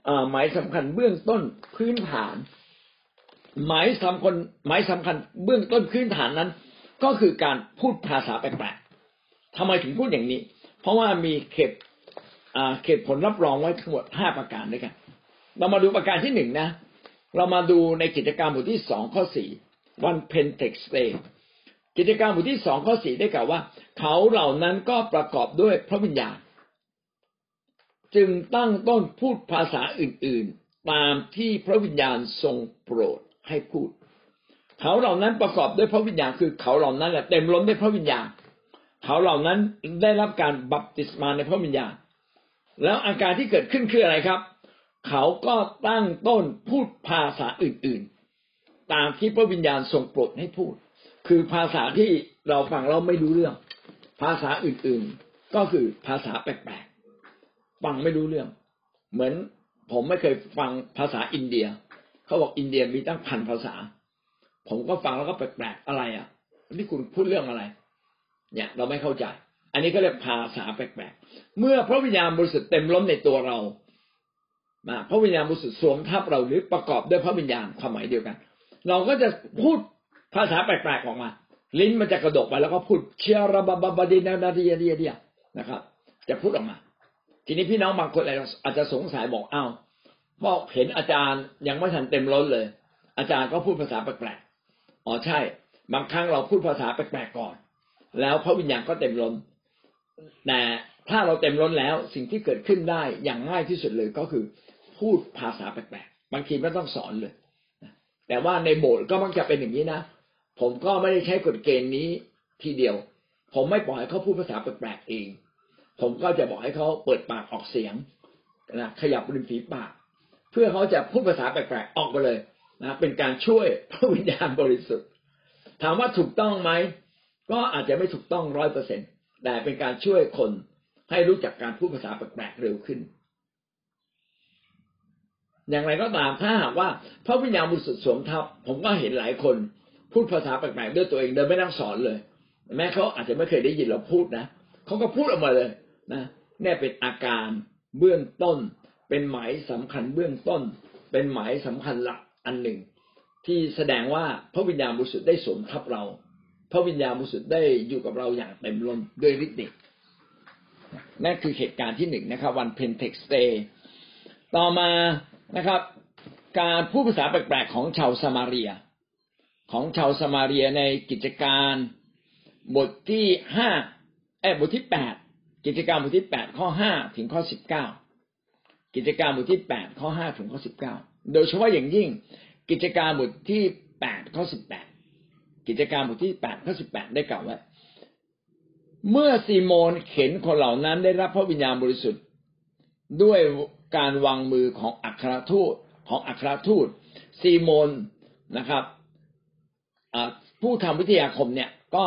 หมายสำคัญเบื้องต้นพื้นฐานหมายสำคัญเบื้องต้นพื้นฐานนั้นก็คือการพูดภาษาแปลกๆทำไมถึงพูดอย่างนี้เพราะว่ามีเขตผลรับรองไว้ทั้งหมด5ประการด้วยกันเรามาดูประการที่1นะเรามาดูในกิจการบทที่2ข้อ4วันเพนเทคสเตย์กิจการบทที่2ข้อ4ได้กล่าวว่าเขาเหล่านั้นก็ประกอบด้วยพระวิญญาณจึงตั้งต้นพูดภาษาอื่นๆตามที่พระวิญญาณทรงโปรดให้พูดเขาเหล่านั้นประกอบด้วยพระวิญญาณคือเขาเหล่านั้นแหละเต็มล้นด้วยพระวิญญาณเขาเหล่านั้นได้รับการบัพติศมาในพระวิญญาณแล้วอาการที่เกิดขึ้นคืออะไรครับเขาก็ตั้งต้นพูดภาษาอื่นๆตามที่พระวิญญาณทรงโปรดให้พูดคือภาษาที่เราฟังเราไม่รู้เรื่องภาษาอื่นๆก็คือภาษาแปลกๆฟังไม่รู้เรื่องเหมือนผมไม่เคยฟังภาษาอินเดียเขาบอกอินเดียมีตั้ง1,000 ภาษาผมก็ฟังแล้วก็แปลกๆอะไรอ่ะนี่คุณพูดเรื่องอะไรเนี่ยเราไม่เข้าใจอันนี้ก็เรียกภาษาแปลกๆเมื่อพระวิญญาณบริสุทธิ์เต็มล้นในตัวเราพระวิญญาณบริสุทธิ์สวมทับเราหรือประกอบด้วยพระวิญญาณความหมายเดียวกันเราก็จะพูดภาษาแปลกๆออกมาลิ้นมันจะกระดกไปแล้วก็พูดเชียระบบบดินานาเดียนะครับจะพูดออกมาทีนี้พี่น้องบางคนอาจจะสงสัยบอกอ้าวบอกเห็นอาจารย์ยังไม่ทันเต็มล้นเลยอาจารย์ก็พูดภาษาแปลกๆอ๋อใช่บางครั้งเราพูดภาษาแปลกๆก่อนแล้วพระวิญญาณก็เต็มล้นแต่ถ้าเราเต็มล้นแล้วสิ่งที่เกิดขึ้นได้อย่างง่ายที่สุดเลยก็คือพูดภาษาแปลกๆบางทีไม่ต้องสอนเลยแต่ว่าในโบสถ์ก็มักจะเป็นอย่างนี้นะผมก็ไม่ได้ใช้กฎเกณฑ์นี้ทีเดียวผมไม่ปล่อยให้เขาพูดภาษาแปลกๆเองผมก็จะบอกให้เขาเปิดปากออกเสียงนะขยับริมฝีปากเพื่อเขาจะพูดภาษาแปลกๆออกมาเลยนะเป็นการช่วยพระวิญญาณบริสุทธิ์ถามว่าถูกต้องไหมก็อาจจะไม่ถูกต้อง 100% แต่เป็นการช่วยคนให้รู้จักการพูดภาษาแปลกๆเร็วขึ้นอย่างไรก็ตามถ้าหากว่าพระวิญญาณบริสุทธิ์สวมทับผมก็เห็นหลายคนพูดภาษาแปลกๆด้วยตัวเองโดยไม่ต้องสอนเลยแม้เขาอาจจะไม่เคยได้ยินเราพูดนะเขาก็พูดออกมาเลยนะนี่เป็นอาการเบื้องต้นเป็นหมายสำคัญเบื้องต้นเป็นหมายสำคัญหลักอันหนึ่งที่แสดงว่าพระวิญญาณบริสุทธิ์ได้สวมทับเราพระวิญญาณบริสุทธิ์ได้อยู่กับเราอย่างเต็มล้นด้วยฤทธิ์เดชนั่นคือเหตุการณ์ที่1นะครับวันเพนเทคสเตย์ต่อมานะครับการพูดภาษาแปลกๆของชาวซามาเรียในกิจการบทที่บทที่8กิจการบทที่8ข้อ5ถึงข้อ19กิจการบทที่8ข้อ5ถึงข้อ19โดยเฉพาะอย่างยิ่งกิจการบทที่8ข้อ18กิจการบทที่8ข้อ18ได้กล่าวว่าเมื่อซีโมนเห็นคนเหล่านั้นได้รับพระวิญญาณบริสุทธิ์ด้วยการวางมือของอัครทูตซีโมนนะครับผู้ทำวิทยาคมเนี่ยก็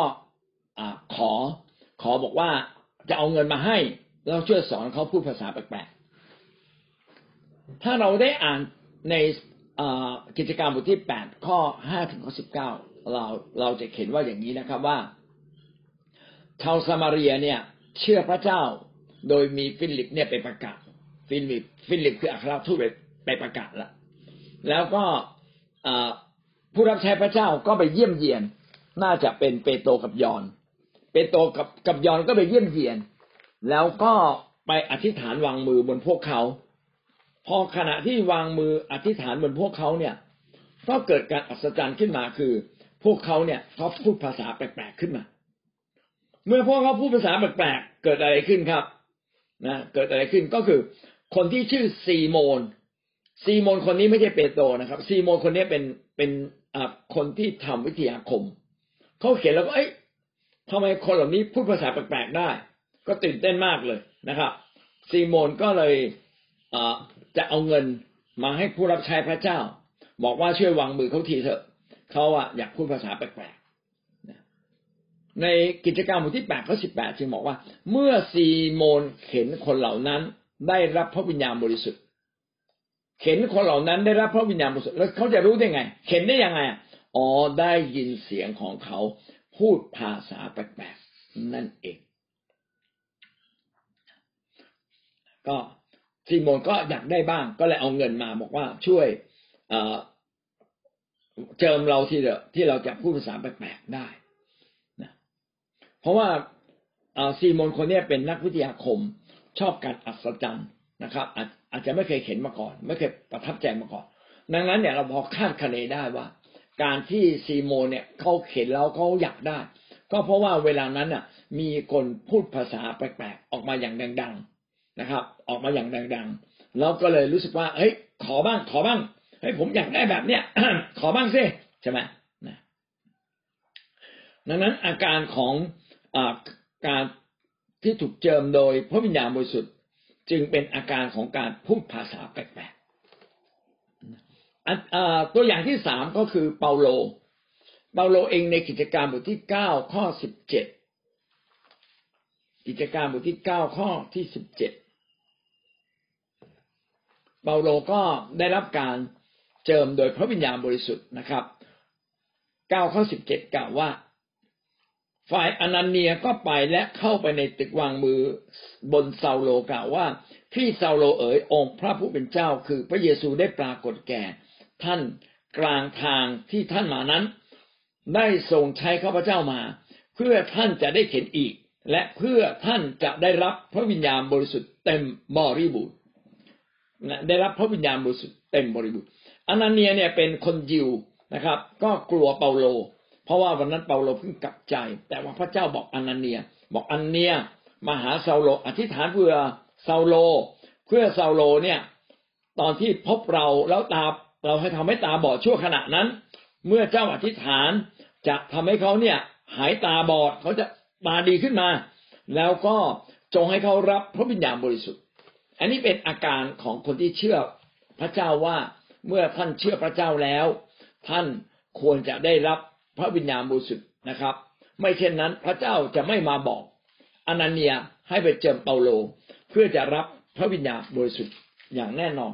ขอบอกว่าจะเอาเงินมาให้แล้วช่วยสอนเขาพูดภาษาแปลกๆถ้าเราได้อ่านในกิจการบทที่8ข้อ5ถึงข้อ19เราจะเห็นว่าอย่างนี้นะครับว่าชาวซามาเรียเนี่ยเชื่อพระเจ้าโดยมีฟิลิปเนี่ยไปประกาศฟิลิปคืออัครทูตไปประกาศแล้วก็ผู้รับใช้พระเจ้าก็ไปเยี่ยมเยียนน่าจะเป็นเปโตรกับยอห์นเปโตรกับยอห์นก็ไปเยี่ยมเยียนแล้วก็ไปอธิษฐานวางมือบนพวกเขาพอขณะที่วางมืออธิษฐานบนพวกเขาเนี่ยก็เกิดการอัศจรรย์ขึ้นมาคือพวกเขาเนี่ยเขาพูดภาษาแปลกๆขึ้นมาเมื่อพวกเขาพูดภาษาแปลกๆเกิดอะไรขึ้นครับเกิดอะไรขึ้นก็คือคนที่ชื่อซีโมนคนนี้ไม่ใช่เปโตรนะครับซีโมนคนนี้เป็นคนที่ทำวิทยาคมเขาเขียนแล้วก็ทำไมคนเหล่านี้พูดภาษาแปลกๆได้ก็ตื่นเต้นมากเลยนะครับซีโมนก็เลยจะเอาเงินมาให้ผู้รับใช้พระเจ้าบอกว่าช่วยวางมือเขาทีเถอะเขาอยากพูดภาษาแปลกๆในกิจกรรมบทที่8ข้อ18จึงบอกว่าเมื่อซีโมนเห็นคนเหล่านั้นได้รับพระวิญญาณบริสุทธิ์เห็นคนเหล่านั้นได้รับพระวิญญาณบริสุทธิ์แล้วเขาจะรู้ได้ไงเห็นได้ยังไงได้ยินเสียงของเขาพูดภาษาแปลกๆนั่นเองก็ซีโมนก็อยากได้บ้างก็เลยเอาเงินมาบอกว่าช่วยเจิมเราที่เราจะพูดภาษาแปลกๆได้นะเพราะว่าซีโมนคนนี้เป็นนักวิทยาคมชอบการอัศจรรย์นะครับอาจจะไม่เคยเห็นมาก่อนไม่เคยประทับใจมาก่อนดังนั้นเนี่ยเราพอคาดคะเนได้ว่าการที่ซีโมนเนี่ยเขาเห็นแล้วเขาอยากได้ก็เพราะว่าเวลานั้นน่ะมีคนพูดภาษาแปลกๆออกมาอย่างดังๆนะครับออกมาอย่างดังๆแล้วก็เลยรู้สึกว่าเฮ้ยขอบ้างเฮ้ยผมอยากได้แบบเนี้ย ขอบ้างสิใช่ไหมนะดังนั้นอาการของการที่ถูกเจิมโดยพระวิญญาณบริสุทธิ์จึงเป็นอาการของการพูดภาษาแปลกๆตัวอย่างที่3ก็คือเปาโลเองในกิจการบทที่9ข้อ17กิจการบทที่9ข้อที่17เปาโลก็ได้รับการเจิมโดยพระวิญญาณบริสุทธิ์นะครับ9ข้อ17กล่าวว่าฝ่ายอนันเนียก็ไปและเข้าไปในตึกวางมือบนซาโลกล่าวว่าพี่ซาโลเอ๋ยองค์พระผู้เป็นเจ้าคือพระเยซูได้ปรากฏแก่ท่านกลางทางที่ท่านมานั้นได้ทรงใช้ข้าพเจ้ามาเพื่อท่านจะได้เห็นอีกและเพื่อท่านจะได้รับพระวิญญาณบริสุทธิ์เต็มบริบูรณ์ได้รับพระวิญญาณบริสุทธิ์เต็มบริบูรณ์อนันเนียเนี่ยเป็นคนยิวนะครับก็กลัวเปาโลเพราะว่าวันนั้นเปาโลเพิ่งกลับใจแต่ว่าพระเจ้าบอกอนันเนียมาหาซาโลอธิษฐานเพื่อซาโลเพื่อซาโลเนี่ยตอนที่พบเราแล้วเราให้ทำให้ตาบอดชั่วขณะนั้นเมื่อเจ้าอธิษฐานจะทำให้เขาเนี่ยหายตาบอดเขาจะตาดีขึ้นมาแล้วก็จงให้เขารับพระวิญญาณบริสุทธิ์อันนี้เป็นอาการของคนที่เชื่อพระเจ้าว่าเมื่อท่านเชื่อพระเจ้าแล้วท่านควรจะได้รับพระวิญญาณบริสุทธิ์นะครับไม่เช่นนั้นพระเจ้าจะไม่มาบอกอนันเนียให้ไปเจิมเปาโลเพื่อจะรับพระวิญญาณบริสุทธิ์อย่างแน่นอน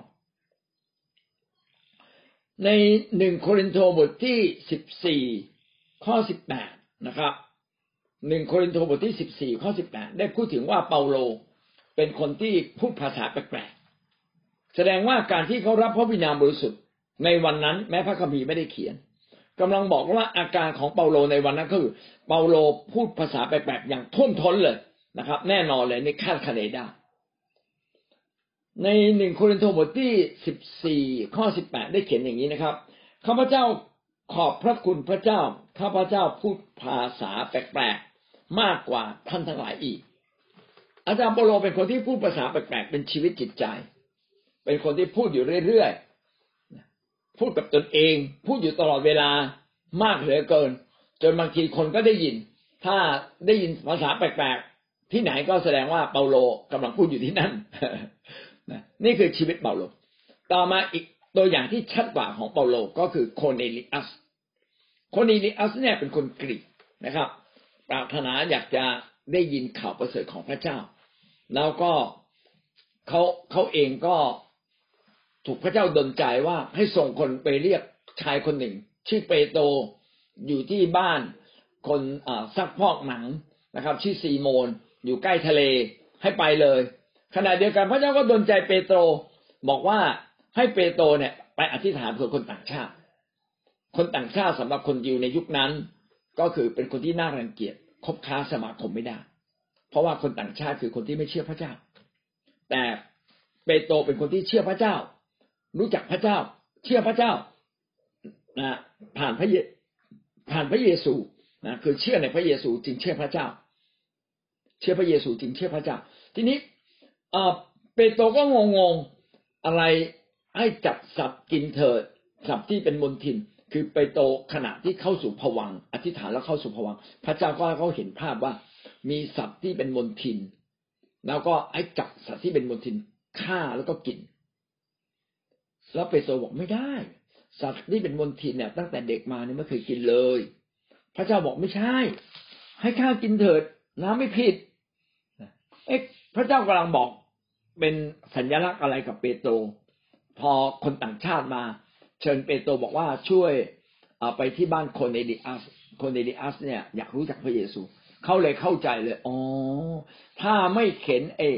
ใน1โครินธ์บทที่14ข้อ18นะครับ1โครินธ์บทที่14ข้อ18ได้พูดถึงว่าเปาโลเป็นคนที่พูดภาษาแปลกๆแสดงว่าการที่เขารับพระวิญญาณบริสุทธิ์ในวันนั้นแม้พระคัมภีร์ไม่ได้เขียนกำลังบอกว่าอาการของเปาโลในวันนั้นคือเปาโลพูดภาษาแปลกๆอย่างท่วมท้นเลยนะครับแน่นอนเลยในคาดคะเนได้ใน1โครินธ์บทที่14ข้อ18ได้เขียนอย่างนี้นะครับข้าพเจ้าขอบพระคุณพระเจ้าข้าพเจ้าพูดภาษาแปลกๆมากกว่าท่านทั้งหลายอีกอาจารย์เปาโลเป็นคนที่พูดภาษาแปลกๆเป็นชีวิตจิตใจเป็นคนที่พูดอยู่เรื่อยๆพูดกับตนเองพูดอยู่ตลอดเวลามากเหลือเกินจนบางทีคนก็ได้ยินถ้าได้ยินภาษาแปลกๆที่ไหนก็แสดงว่าเปาโลกำลังพูดอยู่ที่นั่น นี่คือชีวิตเปาโลต่อมาอีกตัวอย่างที่ชัดกว่าของเปาโลก็คือโคเนลิอัสเนี่ยเป็นคนกรีกนะครับปรารถนาอยากจะได้ยินข่าวประเสริฐของพระเจ้าแล้วก็เขาเองก็ถูกพระเจ้าดลใจว่าให้ส่งคนไปเรียกชายคนหนึ่งชื่อเปโตรอยู่ที่บ้านคนซักพอกหนังนะครับชื่อซีโมนอยู่ใกล้ทะเลให้ไปเลยขณะเดียวกันพระเจ้าก็ดลใจเปโตรบอกว่าให้เปโตรเนี่ยไปอธิษฐานเพื่อคนต่างชาติสำหรับคนยิวในยุคนั้นก็คือเป็นคนที่น่ารังเกียจคบค้าสมาคมไม่ได้เพราะว่าคนต่างชาติคือคนที่ไม่เชื่อพระเจ้าแต่เปโตรเป็นคนที่เชื่อพระเจ้ารู้จักพระเจ้าเชื่อพระเจ้านะผ่านพระเยซูนะคือเชื่อในพระเยซูจึงเชื่อพระเจ้าเชื่อพระเยซูจึงเชื่อพระเจ้าทีนี้เปโตรก็งงอะไรให้จับสัตว์กินเถิดสัตว์ที่เป็นมลทินคือเปโตรขณะที่เข้าสู่ภวังค์อธิษฐานแล้วเข้าสู่ภวังค์พระเจ้าก็ให้เขาเห็นภาพว่ามีสัตว์ที่เป็นมลทินแล้วก็ให้จับสัตว์ที่เป็นมลทินฆ่าแล้วก็กินแล้วเปโตรบอกไม่ได้สัตว์ที่เป็นมลทินเนี่ยตั้งแต่เด็กมาเนี่ยไม่เคยกินเลยพระเจ้าบอกไม่ใช่ให้ข้ากินเถิดน้ำไม่ผิดพระเจ้ากำลังบอกเป็นสัญลักษณ์อะไรกับเปโตรพอคนต่างชาติมาเชิญเปโตรบอกว่าช่วยไปที่บ้านโคเนลิอัสเนี่ยอยากรู้จักพระเยซูเขาเลยเข้าใจเลยอ๋อถ้าไม่เข็น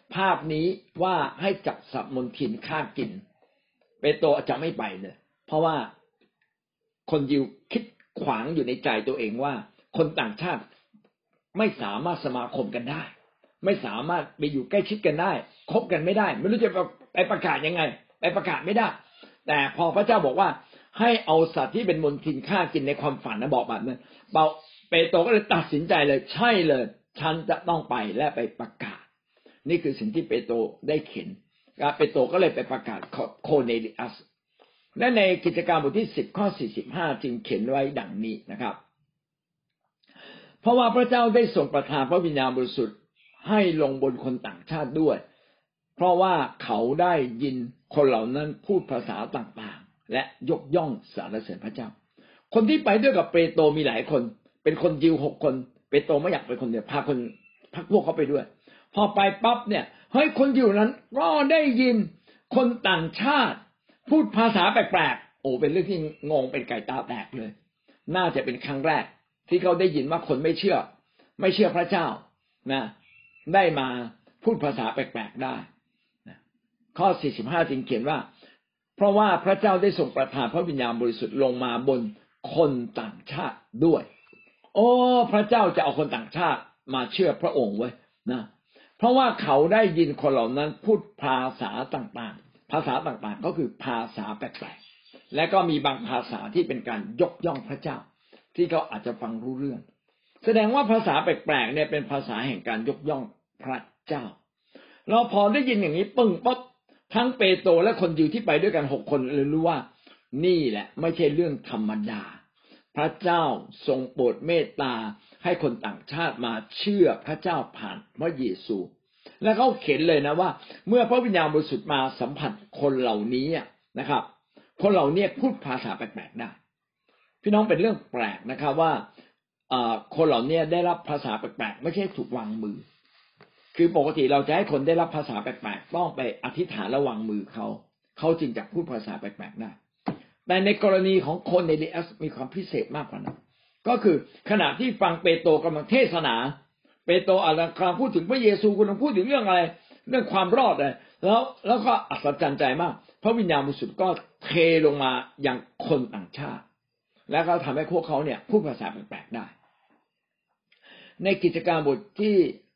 ภาพนี้ว่าให้จับสัตว์มณฑินฆ่ากินเปโตรจะไม่ไปเลยเพราะว่าคนยิวคิดขวางอยู่ในใจตัวเองว่าคนต่างชาติไม่สามารถสมาคมกันได้ไม่สามารถไปอยู่ใกล้ชิดกันได้คบกันไม่ได้ไม่รู้จะไปประกาศยังไงไปประกาศไม่ได้แต่พอพระเจ้าบอกว่าให้เอาสัตว์ที่เป็นมลทินฆ่ากินในความฝันนะบอกแบบนั้นเปโตรก็เลยตัดสินใจเลยใช่เลยฉันจะต้องไปและไปประกาศนี่คือสิ่งที่เปโตรได้เขียนเปโตรก็เลยไปประกาศโคเนลิอัสและในกิจการบทที่10ข้อ45จึงเขียนไว้ดังนี้นะครับเพราะว่าพระเจ้าได้ทรงประทานพระวิญญาณบริสุทธิ์ให้ลงบนคนต่างชาติด้วยเพราะว่าเขาได้ยินคนเหล่านั้นพูดภาษาต่างๆและยกย่องสรรเสริญพระเจ้าคนที่ไปด้วยกับเปโตรมีหลายคนเป็นคนยิว6คนเปโตรไม่อยากไปคนเดียวพาพวกเขาไปด้วยพอไปปั๊บเนี่ยเฮ้ยคนยิวนั้นก็ได้ยินคนต่างชาติพูดภาษาแปลกๆโอ้เป็นเรื่องที่งงเป็นไก่ตาแตกเลยน่าจะเป็นครั้งแรกที่เขาได้ยินว่าคนไม่เชื่อพระเจ้านะได้มาพูดภาษาแปลกๆได้ข้อ45จึงเขียนว่าเพราะว่าพระเจ้าได้ทรงประทานพระวิญญาณบริสุทธิ์ลงมาบนคนต่างชาติด้วยโอ้พระเจ้าจะเอาคนต่างชาติมาเชื่อพระองค์ไว้นะเพราะว่าเขาได้ยินคนเหล่านั้นพูดภาษาต่างๆภาษาต่างๆก็คือภาษาแปลกๆและก็มีบางภาษาที่เป็นการยกย่องพระเจ้าที่เขาอาจจะฟังรู้เรื่องแสดงว่าภาษาแปลกๆเนี่ยเป็นภาษาแห่งการยกย่องพระเจ้าเราพอได้ยินอย่างนี้ปึ้งปั๊บทั้งเปโตรและคนยิวที่ไปด้วยกัน6คนเลยรู้ว่านี่แหละไม่ใช่เรื่องธรรมดาพระเจ้าทรงโปรดเมตตาให้คนต่างชาติมาเชื่อพระเจ้าผ่านพระเยซูและเขาเขียนเลยนะว่าเมื่อพระวิญญาณบริสุทธิ์มาสัมผัสคนเหล่านี้นะครับคนเหล่านี้พูดภาษาแปลกๆได้พี่น้องเป็นเรื่องแปลกนะครับว่าคนเหล่านี้ได้รับภาษาแปลกๆไม่ใช่ถูกวางมือคือปกติเราจะให้คนได้รับภาษาแปลกๆต้องไปอธิษฐานระวางมือเขาจึงจะพูดภาษาแปลกๆได้แต่ในกรณีของโคเนลิอัสมีความพิเศษมากกว่านั้นก็คือขณะที่ฟังเปโตรกำลังเทศนาเปโตรกำลังพูดถึงพระเยซูกำลังพูดถึงเรื่องอะไรเรื่องความรอดเลยแล้วก็อัศจรรย์ใจมากพระวิญญาณบริสุทธิ์ก็เทลงมาอย่างคนต่างชาติแล้วก็ทำให้พวกเขาเนี่ยพูดภาษาแปลกๆได้ในกิจการบทที่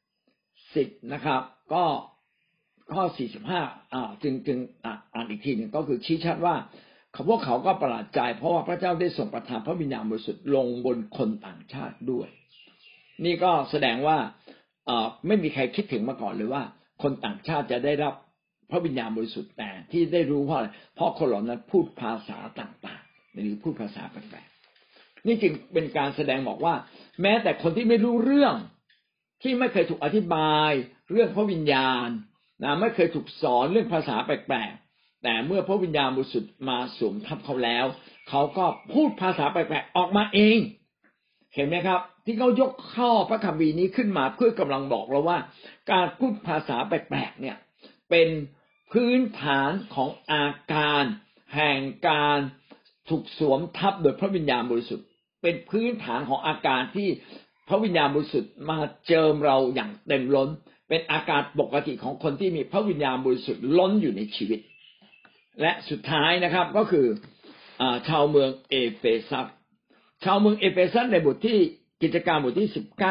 10นะครับก็ข้อ45จึงอ่านอีกทีนึงก็คือชี้ชัดว่าพวกเขาก็ประหลาดใจเพราะว่าพระเจ้าได้ส่งประทานพระวิญญาณบริสุทธิ์ลงบนคนต่างชาติด้วยนี่ก็แสดงว่าไม่มีใครคิดถึงมาก่อนเลยว่าคนต่างชาติจะได้รับพระวิญญาณบริสุทธิ์แต่ที่ได้รู้เพราะคนเหล่านั้นพูดภาษาต่างๆหรือพูดภาษาแปลกๆนี่จึงเป็นการแสดงบอกว่าแม้แต่คนที่ไม่รู้เรื่องที่ไม่เคยถูกอธิบายเรื่องพระวิญญาณไม่เคยถูกสอนเรื่องภาษาแปลกๆแต่เมื่อพระวิญญาณบริสุทธิ์มาสวมทับเขาแล้วเขาก็พูดภาษาแปลกๆออกมาเองเห็นไหมครับที่เขายกข้อพระคัมภีร์นี้ขึ้นมาเพื่อกำลังบอกเราว่าการพูดภาษาแปลกๆเนี่ยเป็นพื้นฐานของอาการแห่งการถูกสวมทับโดยพระวิญญาณบริสุทธิ์เป็นพื้นฐานของอาการที่พระวิญญาณบริสุทธิ์มาเจิมเราอย่างเต็มล้นเป็นอาการปกติของคนที่มีพระวิญญาณบริสุทธิ์ล้นอยู่ในชีวิตและสุดท้ายนะครับก็คือชาวเมืองเอเฟซัสในบทที่กิจการบทที่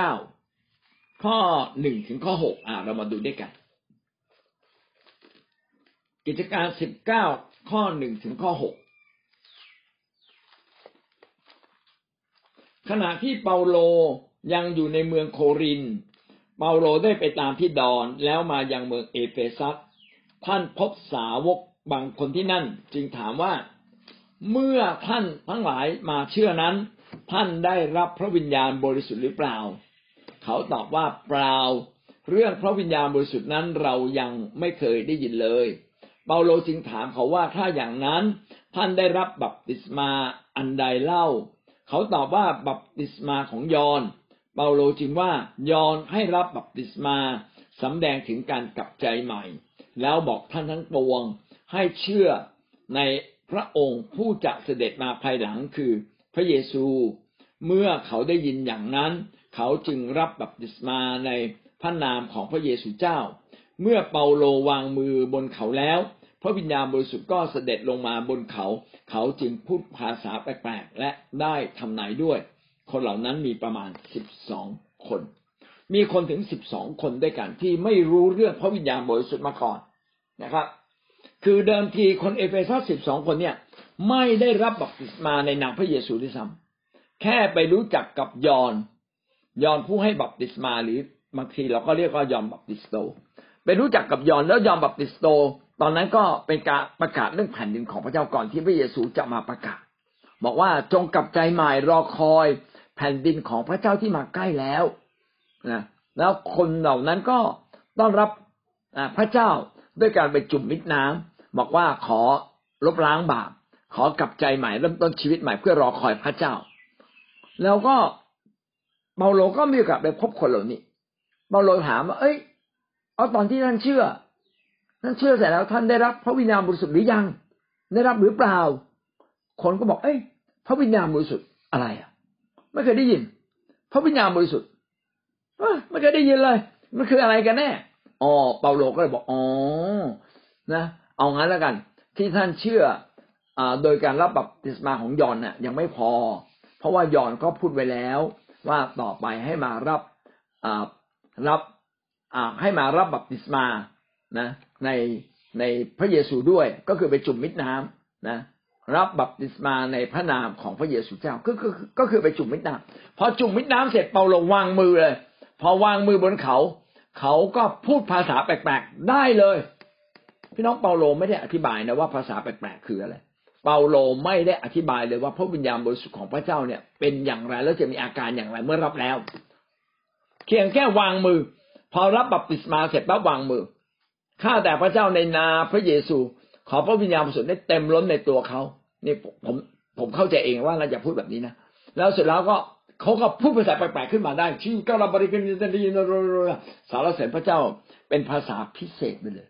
19ข้อ1ถึงข้อ6เรามาดูด้วยกันกิจการ19ข้อ1ถึงข้อ6ขณะที่เปาโลยังอยู่ในเมืองโครินธ์เปาโลได้ไปตามที่ดอนแล้วมายังเมืองเอเฟซัสท่านพบสาวกบางคนที่นั่นจึงถามว่าเมื่อท่านทั้งหลายมาเชื่อนั้นท่านได้รับพระวิญญาณบริสุทธิ์หรือเปล่าเขาตอบว่าเปล่าเรื่องพระวิญญาณบริสุทธิ์นั้นเรายังไม่เคยได้ยินเลยเปาโลจึงถามเขาว่าถ้าอย่างนั้นท่านได้รับบัพติศมาอันใดเล่าเขาตอบว่าบัพติศมาของยอห์นเปาโลจึงว่ายอห์นให้รับบัพติศมาสำแดงถึงการกลับใจใหม่แล้วบอกท่านทั้งปวงให้เชื่อในพระองค์ผู้จะเสด็จมาภายหลังคือพระเยซูเมื่อเขาได้ยินอย่างนั้นเขาจึงรับบัพติศมาในพระนามของพระเยซูเจ้าเมื่อเปาโลวางมือบนเขาแล้วพระวิญญาณบริสุทธิ์ก็เสด็จลงมาบนเขาเขาจึงพูดภาษาแปลกๆและได้ทำนายด้วยคนเหล่านั้นมีประมาณ12 คนมีคนถึง12 คนด้วยกันที่ไม่รู้เรื่องพระวิญญาณบริสุทธิ์มาก่อนนะครับคือเดิมทีคนเอเฟซัส12 คนเนี่ยไม่ได้รับบัพติศมาในนามพระเยซูด้วยซ้ำแค่ไปรู้จักกับยอห์นผู้ให้บัพติศมาหรือบางทีเราก็เรียกว่ายอห์นบัพติสโตไปรู้จักกับยอห์นแล้วยอห์นบัพติสโตตอนนั้นก็เป็นการประกาศเรื่องแผ่นดินของพระเจ้าก่อนที่พระเยซูจะมาประกาศบอกว่าจงกลับใจใหม่รอคอยแผ่นดินของพระเจ้าที่มาใกล้แล้วนะแล้วคนเหล่านั้นก็ต้อนรับพระเจ้าด้วยการไปจุ่มมิดน้ำบอกว่าขอลบล้างบาปขอกลับใจใหม่เริ่มต้นชีวิตใหม่เพื่อรอคอยพระเจ้าแล้วก็เปาโลก็มีโอกาสไปพบคนเหล่านี้เปาโลถามว่าเอาตอนที่ท่านเชื่อเสร็จแล้วท่านได้รับพระวิญญาณบริสุทธิ์หรือยังได้รับหรือเปล่าคนก็บอกพระวิญญาณบริสุทธิ์อะไรไม่เคยได้ยินพระวิญญาณบริสุทธิ์ไม่เคยได้ยินเลยมันคืออะไรกันแน่เปาโลก็เลยบอกนะเอางั้นแล้วกันที่ท่านเชื่อโดยการรับบัพติศมาของยอห์นน่ะยังไม่พอเพราะว่ายอห์นก็พูดไว้แล้วว่าต่อไปให้มารับให้มารับบัพติศมานะในพระเยซูด้วยก็คือไปจุ่มมิดน้ำนะรับบัพติศมาในพระนามของพระเยซูเจ้าก็คือไปจุ่มมิดน้ำพอจุ่มมิดน้ำเสร็จเปาโลวางมือเลยพอวางมือบนเขาก็พูดภาษาแปลกๆได้เลยพี่น้องเปาโลไม่ได้อธิบายนะว่าภาษาแปลกๆคืออะไรเปาโลไม่ได้อธิบายเลยว่าพระวิญญาณบริสุทธิ์ของพระเจ้าเนี่ยเป็นอย่างไรแล้วจะมีอาการอย่างไรเมื่อรับแล้วเพียงแค่วางมือพอรับบัพติศมาเสร็จปั๊บวางมือข้าแต่พระเจ้าในนามพระเยซูขอพระวิญญาณบริสุทธิ์ได้เต็มล้นในตัวเขานี่ผมเข้าใจเองว่าเราจะพูดแบบนี้นะแล้วเสร็จแล้วก็เขาก็พูดภาษาแปลกๆขึ้นมาได้ชื่อก็รับบริกรสารเสริญพระเจ้าเป็นภาษาพิเศษไปเลย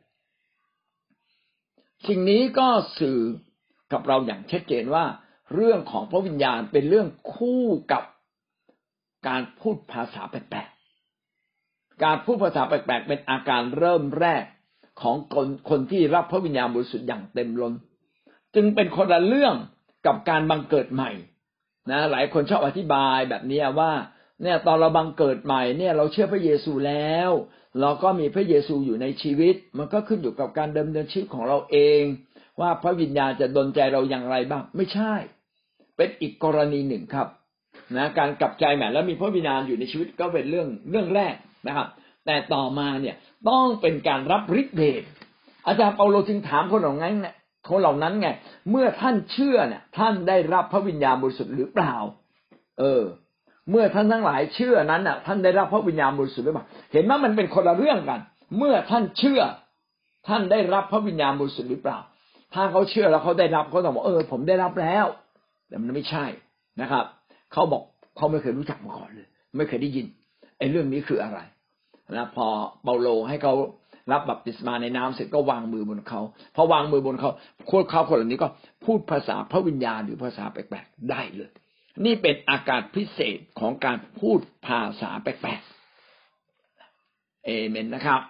สิ่งนี้ก็สื่อกับเราอย่างชัดเจนว่าเรื่องของพระวิญญาณเป็นเรื่องคู่กับการพูดภาษาแปลกๆการพูดภาษาแปลกๆเป็นอาการเริ่มแรกของคนที่รับพระวิญญาณบริสุทธิ์อย่างเต็มล้นจึงเป็นคนละเรื่องกับการบังเกิดใหม่นะหลายคนชอบอธิบายแบบนี้ว่าเนี่ยตอนเราบังเกิดใหม่เนี่ยเราเชื่อพระเยซูแล้วเราก็มีพระเยซูอยู่ในชีวิตมันก็ขึ้นอยู่กับการดำเนินชีวิตของเราเองว่าพระวิญญาณจะดลใจเราอย่างไรบ้างไม่ใช่เป็นอีกกรณีหนึ่งครับนะการกลับใจใหม่แล้วมีพระวิญญาณอยู่ในชีวิตก็เป็นเรื่องแรกนะครับแต่ต่อมาเนี่ยต้องเป็นการรับฤทธิ์เดชอาจารย์เปาโลจึงถามคนเหล่านั้นเนี่ยคนเหล่านั้นไงเมื่อท่านเชื่อเนี่ยท่านได้รับพระวิญญาณบริสุทธิ์หรือเปล่าเมื่อท่านทั้งหลายเชื่อนั้นน่ะท่านได้รับพระวิญญาณบริสุทธิ์หรือเปล่าเห็นไหมมันเป็นคนละเรื่องกันเมื่อท่านเชื่อท่านได้รับพระวิญญาณบริสุทธิ์หรือเปล่าถ้าเขาเชื่อแล้วเขาได้รับเขาต้องบอกผมได้รับแล้วแต่มันไม่ใช่นะครับเขาบอกเขาไม่เคยรู้จักมาก่อนเลยไม่เคยได้ยินเรื่องนี้คืออะไรนะพอเปาโลให้เขารับบัพติศมาในน้ำเสร็จก็วางมือบนเขาพอวางมือบนเขาคนเหล่านี้ก็พูดภาษาพระวิญญาณหรือภาษาแปลกๆได้เลยนี่เป็นอาการพิเศษของการพูดภาษาแปลกๆเอเมนนะครับ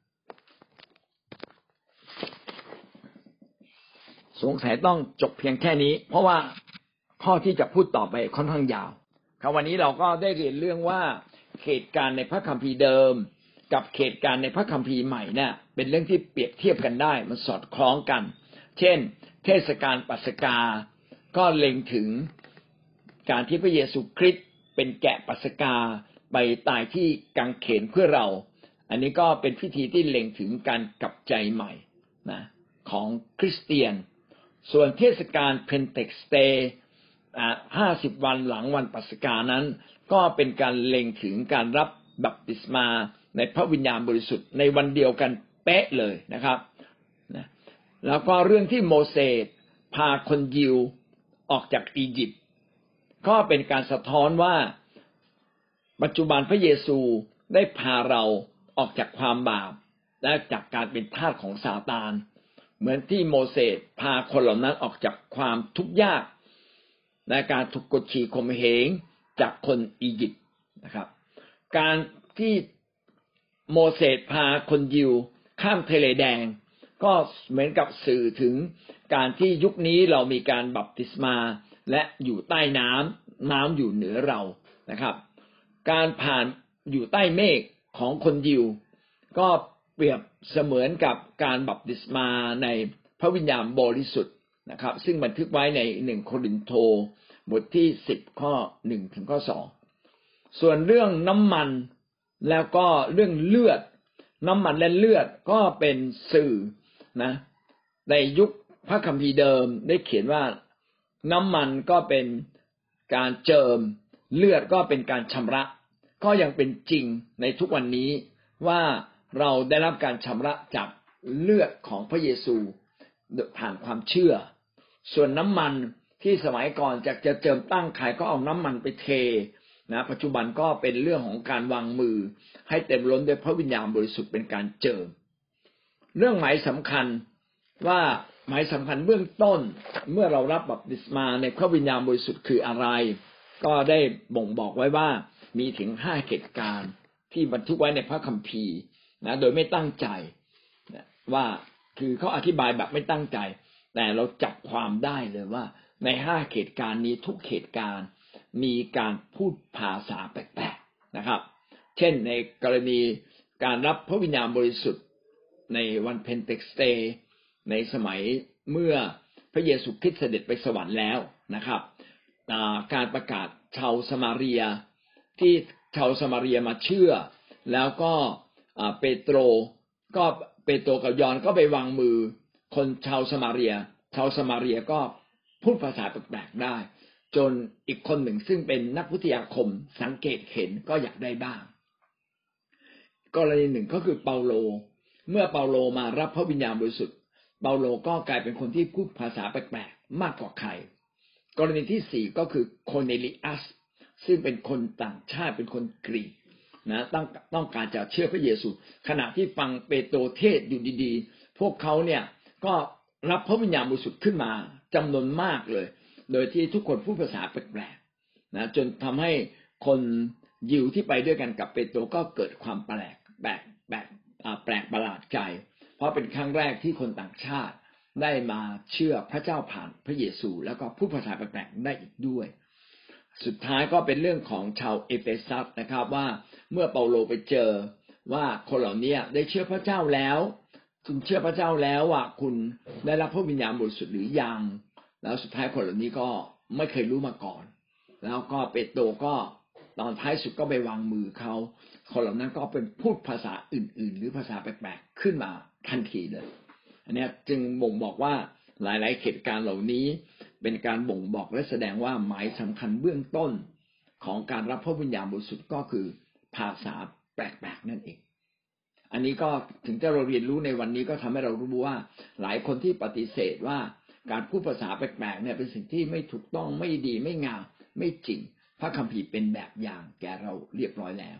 สงสัยต้องจบเพียงแค่นี้เพราะว่าข้อที่จะพูดต่อไปค่อนข้างยาวครับวันนี้เราก็ได้เรียนเรื่องว่าเหตุการณ์ในพระคัมภีร์เดิมกับเหตุการณ์ในพระคัมภีร์ใหม่เนี่ยเป็นเรื่องที่เปรียบเทียบกันได้มันสอดคล้องกันเช่นเทศกาลปัสกาก็เล็งถึงการที่พระเยซูคริสต์เป็นแกะปัสกาไปตายที่กางเขนเพื่อเราอันนี้ก็เป็นพิธีที่เล็งถึงการกลับใจใหม่นะของคริสเตียนส่วนเทศกาลเพนเทคสเตย์50 วันหลังวันปัสกานั้นก็เป็นการเล็งถึงการรับบัพติศมาในพระวิญญาณบริสุทธิ์ในวันเดียวกันเป๊ะเลยนะครับนะแล้วก็เรื่องที่โมเสสพาคนยิวออกจากอียิปต์ก็เป็นการสะท้อนว่าปัจจุบันพระเยซูได้พาเราออกจากความบาปและจากการเป็นทาสของซาตานเหมือนที่โมเสสพาคนเหล่านั้นออกจากความทุกข์ยากและการถูกกดขี่ข่มเหงจากคนอียิปต์นะครับการที่โมเสสพาคนยิวข้ามทะเลแดงก็เหมือนกับสื่อถึงการที่ยุคนี้เรามีการบัพติศมาและอยู่ใต้น้ำอยู่เหนือเรานะครับการผ่านอยู่ใต้เมฆของคนยิวก็เปรียบเสมือนกับการบัพติศมาในพระวิญญาณบริสุทธิ์นะครับซึ่งบันทึกไว้ใน1 โครินธ์บทที่10ข้อ1ถึงข้อ2ส่วนเรื่องน้ำมันแล้วก็เรื่องเลือดน้ำมันและเลือดก็เป็นสื่อนะในยุคพระคัมภีร์เดิมได้เขียนว่าน้ำมันก็เป็นการเจิมเลือดก็เป็นการชำระก็ยังเป็นจริงในทุกวันนี้ว่าเราได้รับการชำระจากเลือดของพระเยซูผ่านความเชื่อส่วนน้ำมันที่สมัยก่อนจะเจิมตั้งใครก็เอาน้ำมันไปเทนะปัจจุบันก็เป็นเรื่องของการวางมือให้เต็มล้นด้วยพระวิญญาณบริสุทธิ์เป็นการเจิมเรื่องหมายสำคัญว่าหมายสำคัญเบื้องต้นเมื่อเรารับบัพติศมาในพระวิญญาณบริสุทธิ์คืออะไรก็ได้บ่งบอกไว้ว่ามีถึง5เหตุการณ์ที่บันทึกไว้ในพระคัมภีร์นะโดยไม่ตั้งใจว่าคือเขาอธิบายแบบไม่ตั้งใจแต่เราจับความได้เลยว่าใน5เหตุการณ์นี้ทุกเหตุการณ์มีการพูดภาษาแปลกๆนะครับเช่นในกรณีการรับพระวิญญาณบริสุทธิ์ในวันเพนเทคสเตย์ในสมัยเมื่อพระเยซูคริสต์เสด็จไปสวรรค์แล้วนะครับการประกาศชาวสมาเรียที่ชาวสมาเรียมาเชื่อแล้วก็เปโตรกับยอห์นก็ไปวางมือคนชาวสมาเรียก็พูดภาษาแปลกๆได้จนอีกคนหนึ่งซึ่งเป็นนักวิทยาคมสังเกตเห็นก็อยากได้บ้างกรณีหนึ่งก็คือเปาโลเมื่อเปาโลมารับพระวิญญาณบริสุทธิ์เปาโลก็กลายเป็นคนที่พูดภาษาแปลกๆมากกว่าใครกรณีที่4ก็คือโคเนลิอัสซึ่งเป็นคนต่างชาติเป็นคนกรีกนะต้องการจะเชื่อพระเยซูขณะที่ฟังเปโตรเทศอยู่ดีๆพวกเขาเนี่ยก็รับพระวิญญาณบริสุทธิ์ขึ้นมาจำนวนมากเลยโดยที่ทุกคนพูดภาษาแปลกๆนะจนทำให้คนยิวที่ไปด้วยกันกับเปโตรก็เกิดความแปลกประหลาดใจเพราะเป็นครั้งแรกที่คนต่างชาติได้มาเชื่อพระเจ้าผ่านพระเยซูแล้วก็พูดภาษาแปลกๆได้อีกด้วยสุดท้ายก็เป็นเรื่องของชาวเอเฟซัสนะครับว่าเมื่อเปาโลไปเจอว่าคนเหล่านี้ได้เชื่อพระเจ้าแล้วคุณเชื่อพระเจ้าแล้วว่าคุณได้รับพระวิญญาณบริสุทธิ์หรือยังแล้วสุดท้ายคนเหล่านี้ก็ไม่เคยรู้มาก่อนแล้วก็เปโตรก็ตอนท้ายสุดก็ไปวางมือเขาคนเหล่านั้นก็เป็นพูดภาษาอื่นๆหรือภาษาแปลกๆขึ้นมาทันทีเลยอันนี้จึงบ่งบอกว่าหลายๆเหตุการณ์เหล่านี้เป็นการบ่งบอกและแสดงว่าหมายสำคัญเบื้องต้นของการรับพระวิญญาณบริสุทธิ์ก็คือภาษาแปลกๆนั่นเองอันนี้ก็ถึงจะเราเรียนรู้ในวันนี้ก็ทำให้เรารู้ว่าหลายคนที่ปฏิเสธว่าการพูดภาษาแปลกๆเนี่ยเป็นสิ่งที่ไม่ถูกต้องไม่ดีไม่งามไม่จริงพระคัมภีร์เป็นแบบอย่างแก่เราเรียบร้อยแล้ว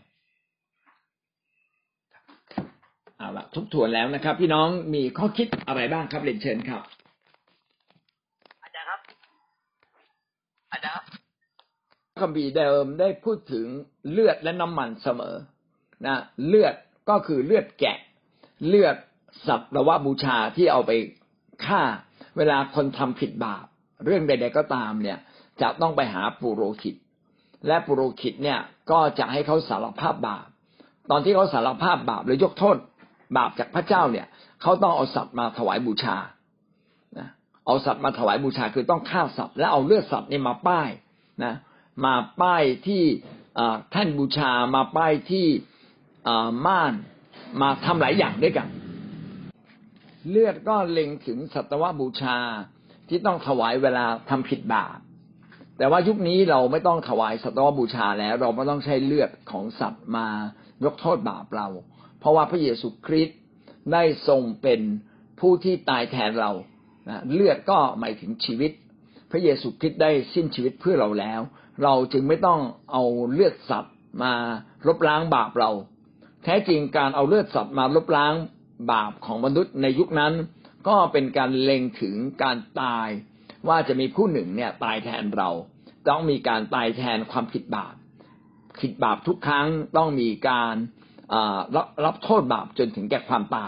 เอาละทบทวนแล้วนะครับพี่น้องมีข้อคิดอะไรบ้างครับเรียนเชิญครับอาจารย์ครับพระคัมภีร์เดิมได้พูดถึงเลือดและน้ำมันเสมอนะเลือดก็คือเลือดแกะเลือดสัตว์ระวะบูชาที่เอาไปฆ่าเวลาคนทำผิดบาปเรื่องใดๆก็ตามเนี่ยจะต้องไปหาปุโรหิตและปุโรหิตเนี่ยก็จะให้เขาสารภาพบาปตอนที่เขาสารภาพบาปหรือยกโทษบาปจากพระเจ้าเนี่ยเขาต้องเอาสัตว์มาถวายบูชาเอาสัตว์มาถวายบูชาคือต้องฆ่าสัตว์แล้วเอาเลือดสัตว์นี่มาป้ายนะมาป้ายที่แท่นบูชามาป้ายที่ม่านมาทำหลายอย่างด้วยกันเลือดก็เล็งถึงสัตวบูชาที่ต้องถวายเวลาทำผิดบาปแต่ว่ายุคนี้เราไม่ต้องถวายสัตวบูชาแล้วเราไม่ต้องใช้เลือดของสัตว์มายกโทษบาปเราเพราะว่าพระเยซูคริสต์ได้ทรงเป็นผู้ที่ตายแทนเราเลือดก็หมายถึงชีวิตพระเยซูคริสต์ได้สิ้นชีวิตเพื่อเราแล้วเราจึงไม่ต้องเอาเลือดสัตว์มาลบล้างบาปเราแท้จริงการเอาเลือดสัตว์มาลบล้างบาปของมนุษย์ในยุคนั้นก็เป็นการเล็งถึงการตายว่าจะมีผู้หนึ่งเนี่ยตายแทนเราต้องมีการตายแทนความผิดบาปทุกครั้งต้องมีการรับโทษบาปจนถึงแก่ความตาย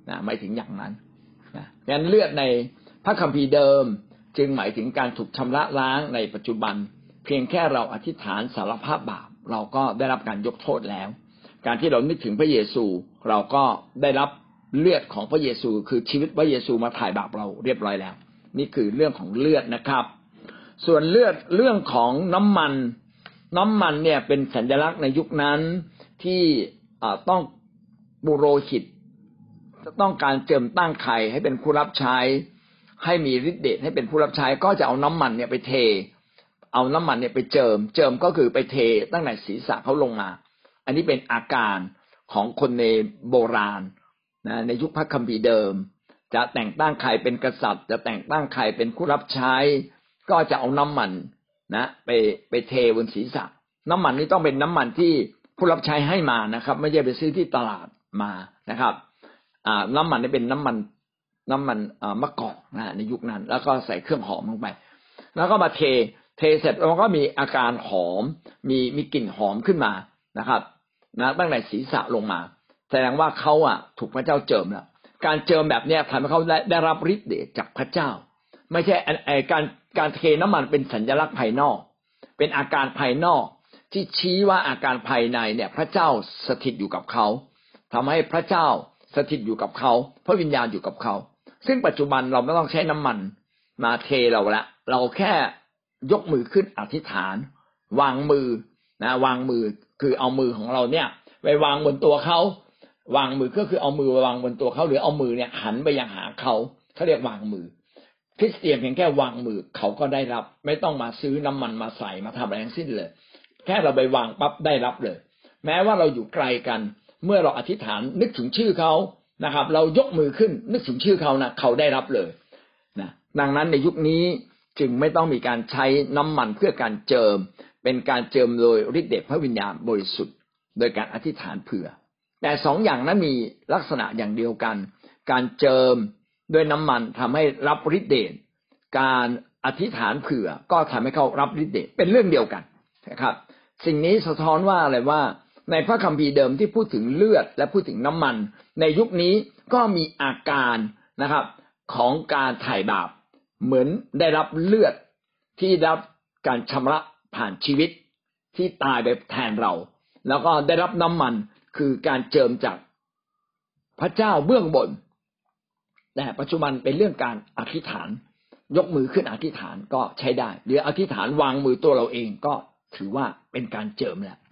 หมายถึงอย่างนั้นงั้นเลือดในพระคัมภีร์เดิมจึงหมายถึงการถูกชำระล้างในปัจจุบันเพียงแค่เราอธิษฐานสารภาพบาปเราก็ได้รับการยกโทษแล้วการที่เรานึกถึงพระเยซูเราก็ได้รับเลือดของพระเยซูคือชีวิตพระเยซูมาถ่ายบาปเราเรียบร้อยแล้วนี่คือเรื่องของเลือดนะครับส่วนเรื่องของน้ำมันเนี่ยเป็นสัญลักษณ์ในยุคนั้นที่ต้องปุโรหิตต้องการเจิมตั้งใครให้เป็นผู้รับใช้ให้มีฤทธิ์เดชให้เป็นผู้รับใช้ก็จะเอาน้ำมันเนี่ยไปเทเอาน้ำมันเนี่ยไปเจิมก็คือไปเทตั้งแต่ศีรษะเขาลงมาอันนี้เป็นอาการของคนในโบราณในยุคพระคัมภีร์เดิมจะแต่งตั้งใครเป็นกษัตริย์จะแต่งตั้งใครเป็นผู้รับใช้ก็จะเอาน้ำมันไปเทบนศีรษะน้ำมันนี้ต้องเป็นน้ำมันที่ผู้รับใช้ให้มานะครับไม่ใช่ไปซื้อที่ตลาดมานะครับน้ำมันนี่เป็นน้ำมันมะกอกในยุคนั้นแล้วก็ใส่เครื่องหอมลงไปแล้วก็มาเทเสร็จแล้วก็มีอาการหอมมีกลิ่นหอมขึ้นมานะครับตั้งแต่ศีรษะลงมาแสดงว่าเขาถูกพระเจ้าเจิมแล้วการเจิมแบบนี้ทำให้เขาได้รับฤทธิ์เดชจากพระเจ้าไม่ใช่การเทน้ำมันเป็นสัญลักษณ์ภายนอกเป็นอาการภายนอกที่ชี้ว่าอาการภายในเนี่ยพระเจ้าสถิตอยู่กับเขาทำให้พระเจ้าสถิตอยู่กับเขาพระวิญญาณอยู่กับเขาซึ่งปัจจุบันเราไม่ต้องใช้น้ำมันมาเทเราแค่ยกมือขึ้นอธิษฐานวางมือวางมือคือเอามือของเราเนี่ยไปวางบนตัวเขาวางมือก็คือเอามือไปวางบนตัวเขาหรือเอามือเนี่ยหันไปยังหาเขาเรียกวางมือคริสเตียนเพียงแค่วางมือเขาก็ได้รับไม่ต้องมาซื้อน้ำมันมาใส่มาทำอะไรทั้งสิ้นเลยแค่เราไปวางปั๊บได้รับเลยแม้ว่าเราอยู่ไกลกันเมื่อเราอธิษฐานนึกถึงชื่อเขานะครับเรายกมือขึ้นนึกถึงชื่อเขานะเขาได้รับเลยดังนั้นในยุคนี้จึงไม่ต้องมีการใช้น้ำมันเพื่อการเจิมเป็นการเจิมโดยฤทธิ์เดชพระวิญญาณบริสุทธิ์โดยการอธิษฐานเผื่อแต่สองอย่างนั้นมีลักษณะอย่างเดียวกันการเจิมด้วยน้ำมันทำให้รับฤทธิ์เดชการอธิษฐานเผื่อก็ทำให้เขารับฤทธิ์เดชเป็นเรื่องเดียวกันนะครับสิ่งนี้สะท้อนว่าอะไรว่าในพระคัมภีร์เดิมที่พูดถึงเลือดและพูดถึงน้ำมันในยุคนี้ก็มีอาการนะครับของการไถ่บาปเหมือนได้รับเลือดที่ได้รับการชำระผ่านชีวิตที่ตายไปแทนเราแล้วก็ได้รับน้ำมันคือการเจิมจากพระเจ้าเบื้องบนแต่ปัจจุบันเป็นเรื่องการอธิษฐานยกมือขึ้นอธิษฐานก็ใช้ได้หรืออธิษฐานวางมือตัวเราเองก็ถือว่าเป็นการเจิมแล้ว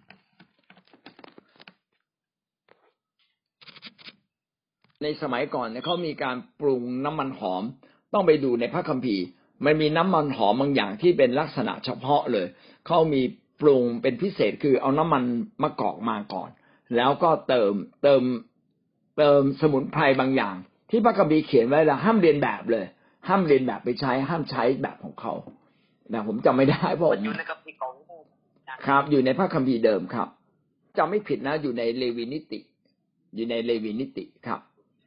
ในสมัยก่อนเนี่ยเขามีการปรุงน้ำมันหอมต้องไปดูในพระคัมภีร์มันมีน้ำมันหอมบางอย่างที่เป็นลักษณะเฉพาะเลยเขามีปรุงเป็นพิเศษคือเอาน้ำมันมะกอกมาก่อนแล้วก็เติมสมุนไพรบางอย่างที่พระคัมภีร์เขียนไว้แล้วห้ามเรียนแบบเลยห้ามเรียนแบบไปใช้ห้ามใช้แบบของเขาผมจำไม่ได้เพราะอยู่ในคัมภีร์ของครับอยู่ในพระคัมภีร์เดิมครับจำไม่ผิดนะอยู่ในเลวีนิติครับ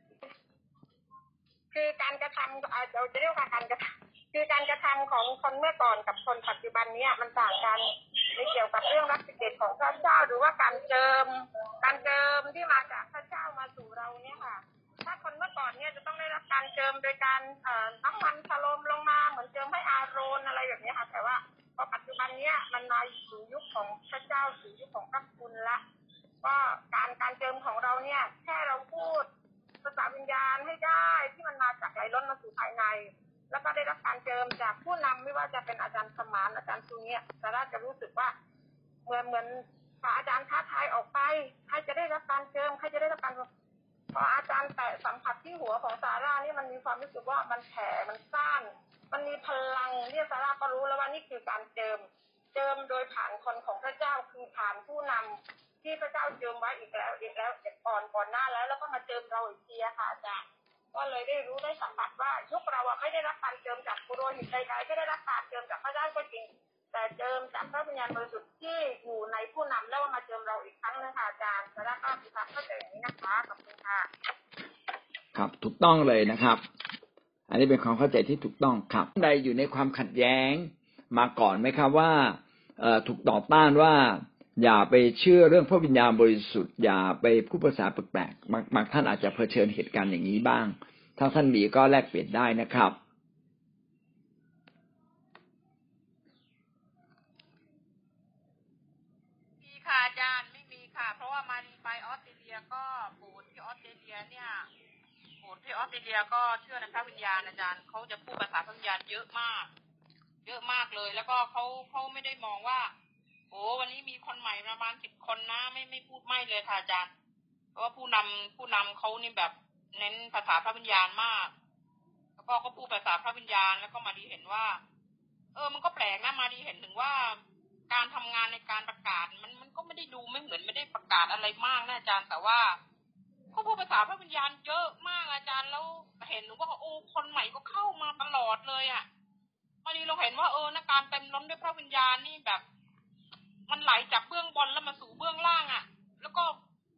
คือการกระทำเราจะเรียกว่าการกระทำคือการกระทำของคนเมื่อก่อนกับคนปัจจุบันนี้มันต่างกันในเกี่ยวกับเรื่องรับสิทธิ์ของพระเจ้าหรือว่าการเจิมที่มาจากพระเจ้ามาสู่เราเนี่ยค่ะถ้าคนเมื่อก่อนเนี่ยจะต้องได้รับการเจิมโดยการน้ำมันฉโลมลงมาเหมือนเจิมให้อาโรนอะไรแบบนี้ค่ะแต่ว่าพอปัจจุบันเนี้ยมันมาสู่ยุคของพระเจ้าสู่ยุคของพระคุณละก็การเจิมของเราเนี่ยแค่เราพูดภาษาวิญญาณให้ได้ที่มันมาจากไหลล้นมาสู่ภายในแล้วก็ได้รับการเจิมจากผู้นำไม่ว่าจะเป็นอาจารย์สมานอาจารย์ซูเนียสาราจะรู้สึกว่าเหมือนพออาจารย์ท้าทายออกไปใครจะได้รับการเจิมใครจะได้รับการพออาจารย์แตะสัมผัสที่หัวของซาร่านี่มันมีความรู้สึกว่ามันแผ่มันซ่านมันมีพลังเนี่ยซาร่าก็รู้แล้วว่านี่คือการเจิมโดยผ่านคนของพระเจ้าคือผ่านผู้นำที่พระเจ้าเจิมไว้อีกแล้วก่อนหน้าแล้วก็มาเจิมเราอีกทีค่ะอาจารย์ก็เลยได้รู้ได้สัมผัสว่ายุคเราไม่ได้รับการเจิมจากปุโรหิตใดๆไม่ได้รับการเจิมจากพระเจ้าก็จริงแต่เจิมจากพระวิญญาณบริสุทธิ์ที่อยู่ในผู้นำแล้วมาเจิมเราอีกครั้งนึงค่ะอาจารย์แล้วก็มีความเข้าใจอย่างนี้นะคะขอบคุณค่ะครับถูกต้องเลยนะครับอันนี้เป็นความเข้าใจที่ถูกต้องครับใดอยู่ในความขัดแย้งมาก่อนไหมครับว่าถูกต่อต้านว่าอย่าไปเชื่อเรื่องพระวิญญาณบริสุทธิ์อย่าไปพูดภาษาแปลกๆบางท่านอาจจะเผชิญเหตุการณ์อย่างนี้บ้างถ้าท่านมีก็แลกเปลี่ยนได้นะครับมีค่ะอาจารย์ไม่มีค่ะเพราะว่ามารีไปออสเตรเลียก็โบสถ์ที่ออสเตรเลียเนี่ยโบสถ์ที่ออสเตรเลียก็เชื่อในพระวิญญาณอาจารย์เขาจะพูดภาษาพระวิญญาณเยอะมากเลยแล้วก็เขาไม่ได้มองว่าโอ้วันนี้มีคนใหม่ประมาณ10 คนนะไม่พูดไม่เลยค่ะอาจารย์เพราะว่าผู้นำเขานี่แบบเน้นภาษาพระวิญญาณมากแล้วก็เขาพูดภาษาพระวิญญาณแล้วก็มาดีเห็นว่ามันก็แปลกนะมาดีเห็นถึงว่าการทำงานในการประกาศมันก็ไม่ได้ดูไม่เหมือนไม่ได้ประกาศอะไรมากนะอาจารย์แต่ว่าเขาพูดภาษาพระวิญญาณเยอะมากอาจารย์แล้วเห็นว่าโอ้คนใหม่ก็เข้ามาตลอดเลยอ่ะมาดีเราเห็นว่านะการเต็มล้นด้วยพระวิญญาณนี่แบบมันไหลจากเบื้องบนแล้วมาสู่เบื้องล่างอ่ะแล้วก็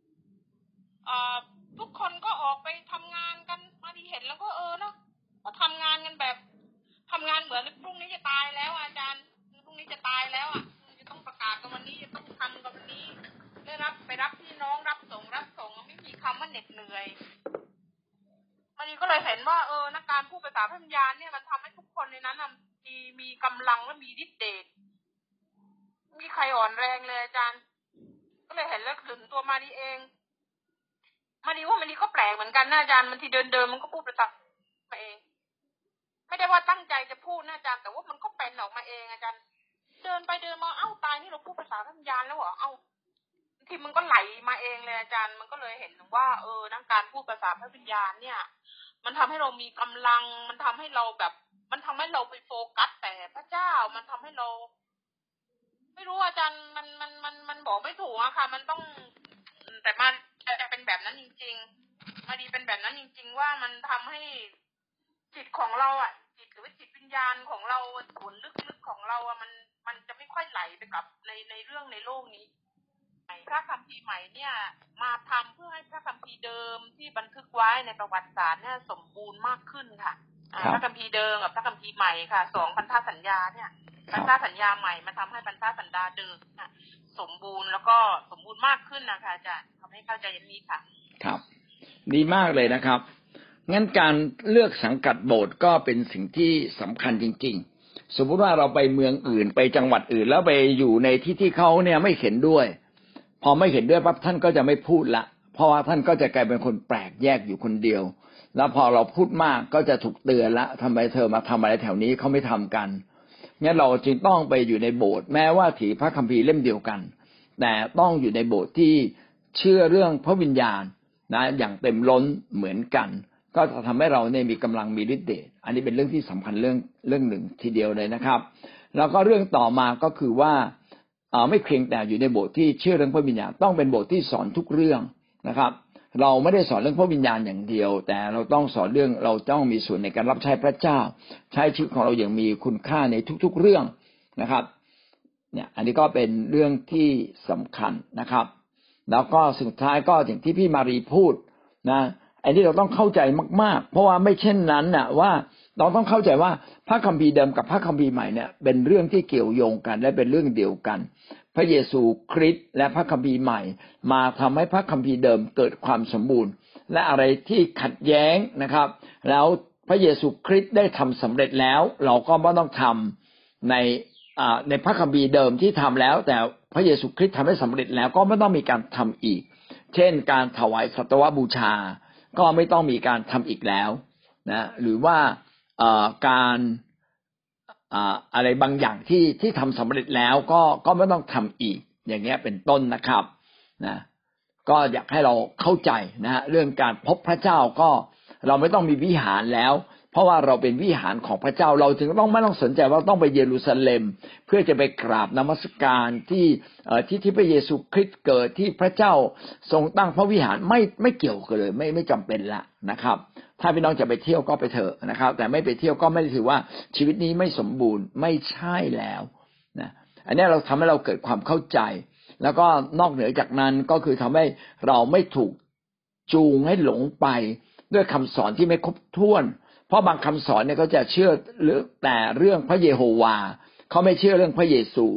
ทุกคนก็ออกไปทำงานกันมาดีเห็นแล้วก็เนาะก็ทำงานกันแบบทำงานเหมือนพรุ่งนี้จะตายแล้วอาจารย์พรุ่งนี้จะตายแล้วอ่ะจะต้องประกาศกันวันนี้จะต้องทำกันวันนี้ได้รับไปรับพี่น้องรับส่งไม่มีคำว่าเหน็ดเหนื่อยมาดีก็เลยเห็นว่านักการพูดภาษาพระวิญญาณเนี่ยมันทำให้ทุกคนในนั้นมีกำลังและมีฤทธิ์เดชมีใครอ่อนแรงเลยอาจารย์ก็เลยเห็นแล้วถึงตัวมาดีเองมาดีว่ามันดีก็แปลกเหมือนกันนะอาจารย์มันที่เดินมันก็พูดภาษามาเองไม่ได้ว่าตั้งใจจะพูดนะอาจารย์แต่ว่ามันก็เป็นออกมาเองอาจารย์เดินไปเดินมาตายนี่เราพูดภาษาพระวิญญาณแล้วเหรอทีมันก็ไหลมาเองเลยอาจารย์มันก็เลยเห็นถึงว่านักการพูดภาษาพระวิญญาณเนี่ยมันทำให้เรามีกำลังมันทำให้เราแบบมันทำให้เราไปโฟกัสแต่พระเจ้ามันทำให้เราไม่รู้อาจารย์มันบอกไม่ถูกอะค่ะมันต้องแต่มันจะเป็นแบบนั้นจริงๆมาดีเป็นแบบนั้นจริงๆว่ามันทำให้จิตของเราอ่ะจิตหรือจิตวิญญาณของเราส่วนลึกๆของเราอ่ะมันจะไม่ค่อยไหลไปกับในเรื่องในโลกนี้พระคัมภีร์ใหม่เนี่ยมาทำเพื่อให้พระคัมภีร์เดิมที่บันทึกไว้ในประวัติศาสตร์เนี่ยสมบูรณ์มากขึ้นค่ะพระคัมภีร์เดิมกับพระคัมภีร์ใหม่ค่ะ2 พันธสัญญาเนี่ยพันธสัญญาใหม่มันทำให้พันธสัญญาเดิมสมบูรณ์แล้วก็สมบูรณ์มากขึ้นนะคะอาจารย์ทำให้เข้าใจอย่างนี้ค่ะครับดีมากเลยนะครับงั้นการเลือกสังกัดโบสถ์ก็เป็นสิ่งที่สำคัญจริงๆสมมุติว่าเราไปเมืองอื่นไปจังหวัดอื่นแล้วไปอยู่ในที่เขาเนี่ยไม่เห็นด้วยพอไม่เห็นด้วยปั๊บท่านก็จะไม่พูดละเพราะว่าท่านก็จะกลายเป็นคนแปลกแยกอยู่คนเดียวแล้วพอเราพูดมากก็จะถูกเตือนละทำไมเธอมาทำอะไรแถวนี้เขาไม่ทำกันงั้นเราจึงต้องไปอยู่ในโบสถ์แม้ว่าถือพระคัมภีร์เล่มเดียวกันแต่ต้องอยู่ในโบสถ์ที่เชื่อเรื่องพระวิญญาณนะอย่างเต็มล้นเหมือนกันก็จะทำให้เราเนี่ยมีกำลังมีฤทธิ์เดชอันนี้เป็นเรื่องที่สำคัญเรื่องหนึ่งทีเดียวเลยนะครับแล้วก็เรื่องต่อมาก็คือว่าไม่เพียงแต่อยู่ในโบสถ์ที่เชื่อเรื่องพระวิญญาณต้องเป็นโบสถ์ที่สอนทุกเรื่องนะครับเราไม่ได้สอนเรื่องพระวิญญาณอย่างเดียวแต่เราต้องสอนเรื่องเราต้องมีส่วนในการรับใช้พระเจ้าใช้ชีวิตของเราอย่างมีคุณค่าในทุกๆเรื่องนะครับเนี่ยอันนี้ก็เป็นเรื่องที่สำคัญนะครับแล้วก็สุดท้ายก็อย่างที่พี่มารีพูดนะอันนี้เราต้องเข้าใจมากๆเพราะว่าไม่เช่นนั้นน่ะว่าเราต้องเข้าใจว่าพระคัมภีร์เดิมกับพระคัมภีร์ใหม่เนี่ยเป็นเรื่องที่เกี่ยวโยงกันและเป็นเรื่องเดียวกันพระเยซูคริสต์และพระคัมภีร์ใหม่มาทำให้พระคัมภีร์เดิมเกิดความสมบูรณ์และอะไรที่ขัดแย้งนะครับแล้วพระเยซูคริสต์ได้ทำสำเร็จแล้วเราก็ไม่ต้องทำในพระคัมภีร์เดิมที่ทำแล้วแต่พระเยซูคริสต์ทำให้สำเร็จแล้วก็ไม่ต้องมีการทำอีกเช่นการถวายสัตวบูชาก็ไม่ต้องมีการทำอีกแล้วนะหรือว่าการอะไรบางอย่างที่ทำสำเร็จแล้วก็ไม่ต้องทำอีกอย่างเงี้ยเป็นต้นนะครับนะก็อยากให้เราเข้าใจนะเรื่องการพบพระเจ้าก็เราไม่ต้องมีวิหารแล้วเพราะว่าเราเป็นวิหารของพระเจ้าเราถึงไม่ต้องสนใจว่าต้องไปเยรูซาเล็มเพื่อจะไปกราบนมัสการที่พระเยซูคริสต์เกิดที่พระเจ้าทรงตั้งพระวิหารไม่เกี่ยวกันเลยไม่จำเป็นละนะครับถ้าพี่น้องจะไปเที่ยวก็ไปเถอะนะครับแต่ไม่ไปเที่ยวก็ไม่ได้ถือว่าชีวิตนี้ไม่สมบูรณ์ไม่ใช่แล้วนะอันนี้เราทำให้เราเกิดความเข้าใจแล้วก็นอกเหนือจากนั้นก็คือทำให้เราไม่ถูกจูงให้หลงไปด้วยคำสอนที่ไม่ครบถ้วนเพราะบางคำสอนเนี่ยเขาจะเชื่อแต่เรื่องพระเยโฮวาเขาไม่เชื่อเรื่องพระเยซู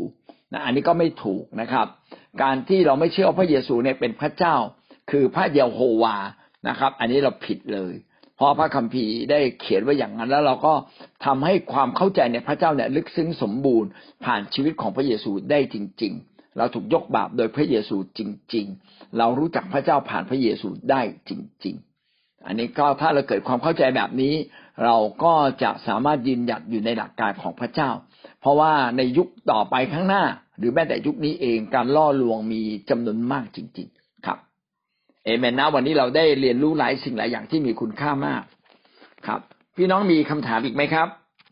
นะอันนี้ก็ไม่ถูกนะครับการที่เราไม่เชื่อว่าพระเยซูเนี่ยเป็นพระเจ้าคือพระเยโฮวานะครับอันนี้เราผิดเลยเพราะพระคัมภีร์ได้เขียนไว้อย่างนั้นแล้วเราก็ทำให้ความเข้าใจในพระเจ้าเนี่ยลึกซึ้งสมบูรณ์ผ่านชีวิตของพระเยซูได้จริงๆเราถูกยกบาปโดยพระเยซูจริงๆเรารู้จักพระเจ้าผ่านพระเยซูได้จริงๆอันนี้ก็ถ้าเราเกิดความเข้าใจแบบนี้เราก็จะสามารถยืนหยัดอยู่ในหลักการของพระเจ้าเพราะว่าในยุคต่อไปข้างหน้าหรือแม้แต่ยุคนี้เองการล่อลวงมีจำนวนมากจริงๆครับเอเมนนะวันนี้เราได้เรียนรู้หลายสิ่งหลายอย่างที่มีคุณค่ามากครับพี่น้องมีคำถามอีกไหมครับ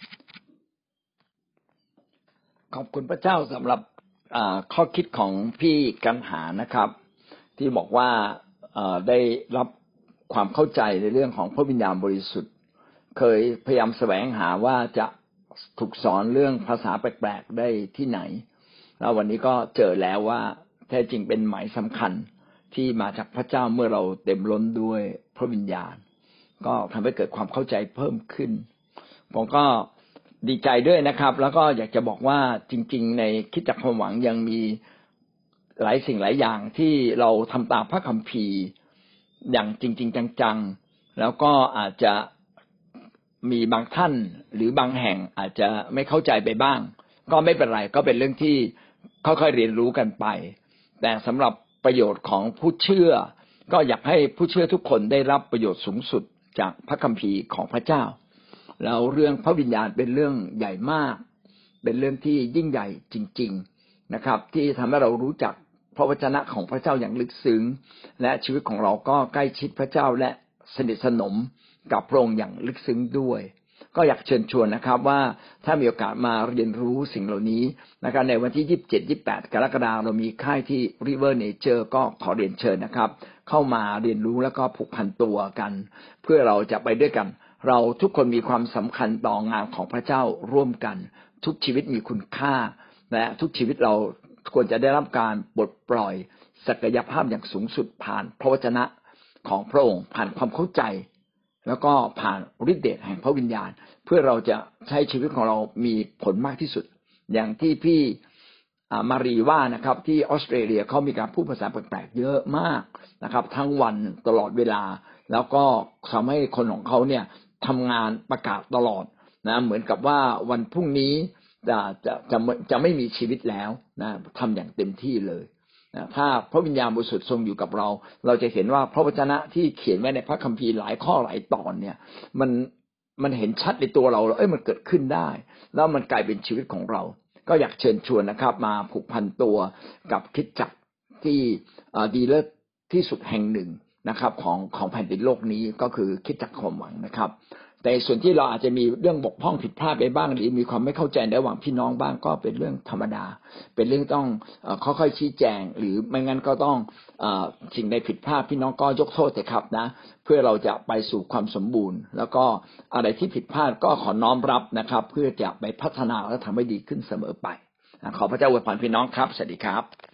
ขอบคุณพระเจ้าสำหรับข้อคิดของพี่กันหานะครับที่บอกว่าได้รับความเข้าใจในเรื่องของพระวิญญาณบริสุทธิ์เคยพยายามแสวงหาว่าจะถูกสอนเรื่องภาษาแปลกๆได้ที่ไหนแล้ววันนี้ก็เจอแล้วว่าแท้จริงเป็นหมายสำคัญที่มาจากพระเจ้าเมื่อเราเต็มล้นด้วยพระวิญญาณก็ทำให้เกิดความเข้าใจเพิ่มขึ้นผมก็ดีใจด้วยนะครับแล้วก็อยากจะบอกว่าจริงๆในคริสตจักรความหวังยังมีหลายสิ่งหลายอย่างที่เราทำตามพระคัมภีร์อย่างจริงๆจังๆแล้วก็อาจจะมีบางท่านหรือบางแห่งอาจจะไม่เข้าใจไปบ้างก็ไม่เป็นไรก็เป็นเรื่องที่ค่อยๆเรียนรู้กันไปแต่สำหรับประโยชน์ของผู้เชื่อก็อยากให้ผู้เชื่อทุกคนได้รับประโยชน์สูงสุดจากพระคัมภีร์ของพระเจ้าแล้วเรื่องพระวิญญาณเป็นเรื่องใหญ่มากเป็นเรื่องที่ยิ่งใหญ่จริงๆนะครับที่ทำให้เรารู้จักพระวจนะของพระเจ้าอย่างลึกซึ้งและชีวิตของเราก็ใกล้ชิดพระเจ้าและสนิทสนมกับพระองค์อย่างลึกซึ้งด้วยก็อยากเชิญชวนนะครับว่าถ้ามีโอกาสมาเรียนรู้สิ่งเหล่านี้นะครับในวันที่27-28กรกฎาคมเรามีค่ายที่ River Nature ก็ขอเรียนเชิญนะครับเข้ามาเรียนรู้แล้วก็ผูกพันตัวกันเพื่อเราจะไปด้วยกันเราทุกคนมีความสำคัญต่องานของพระเจ้าร่วมกันทุกชีวิตมีคุณค่าและทุกชีวิตเราควรจะได้รับการปลดปล่อยศักยภาพอย่างสูงสุดผ่านพระวจนะของพระองค์ผ่านความเข้าใจแล้วก็ผ่านฤทธิ์เดชแห่งพระวิญญาณเพื่อเราจะใช้ชีวิตของเรามีผลมากที่สุดอย่างที่พี่มารีว่านะครับที่ออสเตรเลียเขามีการพูดภาษาแปลกๆเยอะมากนะครับทั้งวันตลอดเวลาแล้วก็ทำให้คนของเขาเนี่ยทำงานประกาศตลอดนะเหมือนกับว่าวันพรุ่งนี้จะไม่มีชีวิตแล้วนะทำอย่างเต็มที่เลยนะถ้าพระวิญญาณบริสุทธิ์ทรงอยู่กับเราเราจะเห็นว่าพระวจนะที่เขียนไว้ในพระคัมภีร์หลายข้อหลายตอนเนี่ยมันเห็นชัดในตัวเราแล้วมันเกิดขึ้นได้แล้วมันกลายเป็นชีวิตของเราก็อยากเชิญชวนนะครับมาผูกพันตัวกับคริสตจักรที่ดีเลิศที่สุดแห่งหนึ่งนะครับของแผ่นดินโลกนี้ก็คือคริสตจักรความหวังนะครับแต่ส่วนที่เราอาจจะมีเรื่องบกพร่องผิดพลาดไปบ้างหรือมีความไม่เข้าใจในระหว่างพี่น้องบ้างก็เป็นเรื่องธรรมดาเป็นเรื่องต้องค่อยๆชี้แจงหรือไม่งั้นก็ต้องสิ่งใดผิดพลาดพี่น้องก็ยกโทษเถอะครับนะเพื่อเราจะไปสู่ความสมบูรณ์แล้วก็อะไรที่ผิดพลาดก็ขอน้อมรับนะครับเพื่อจะไปพัฒนาและทำให้ดีขึ้นเสมอไปขอพระเจ้าอวยพรพี่น้องครับสวัสดีครับ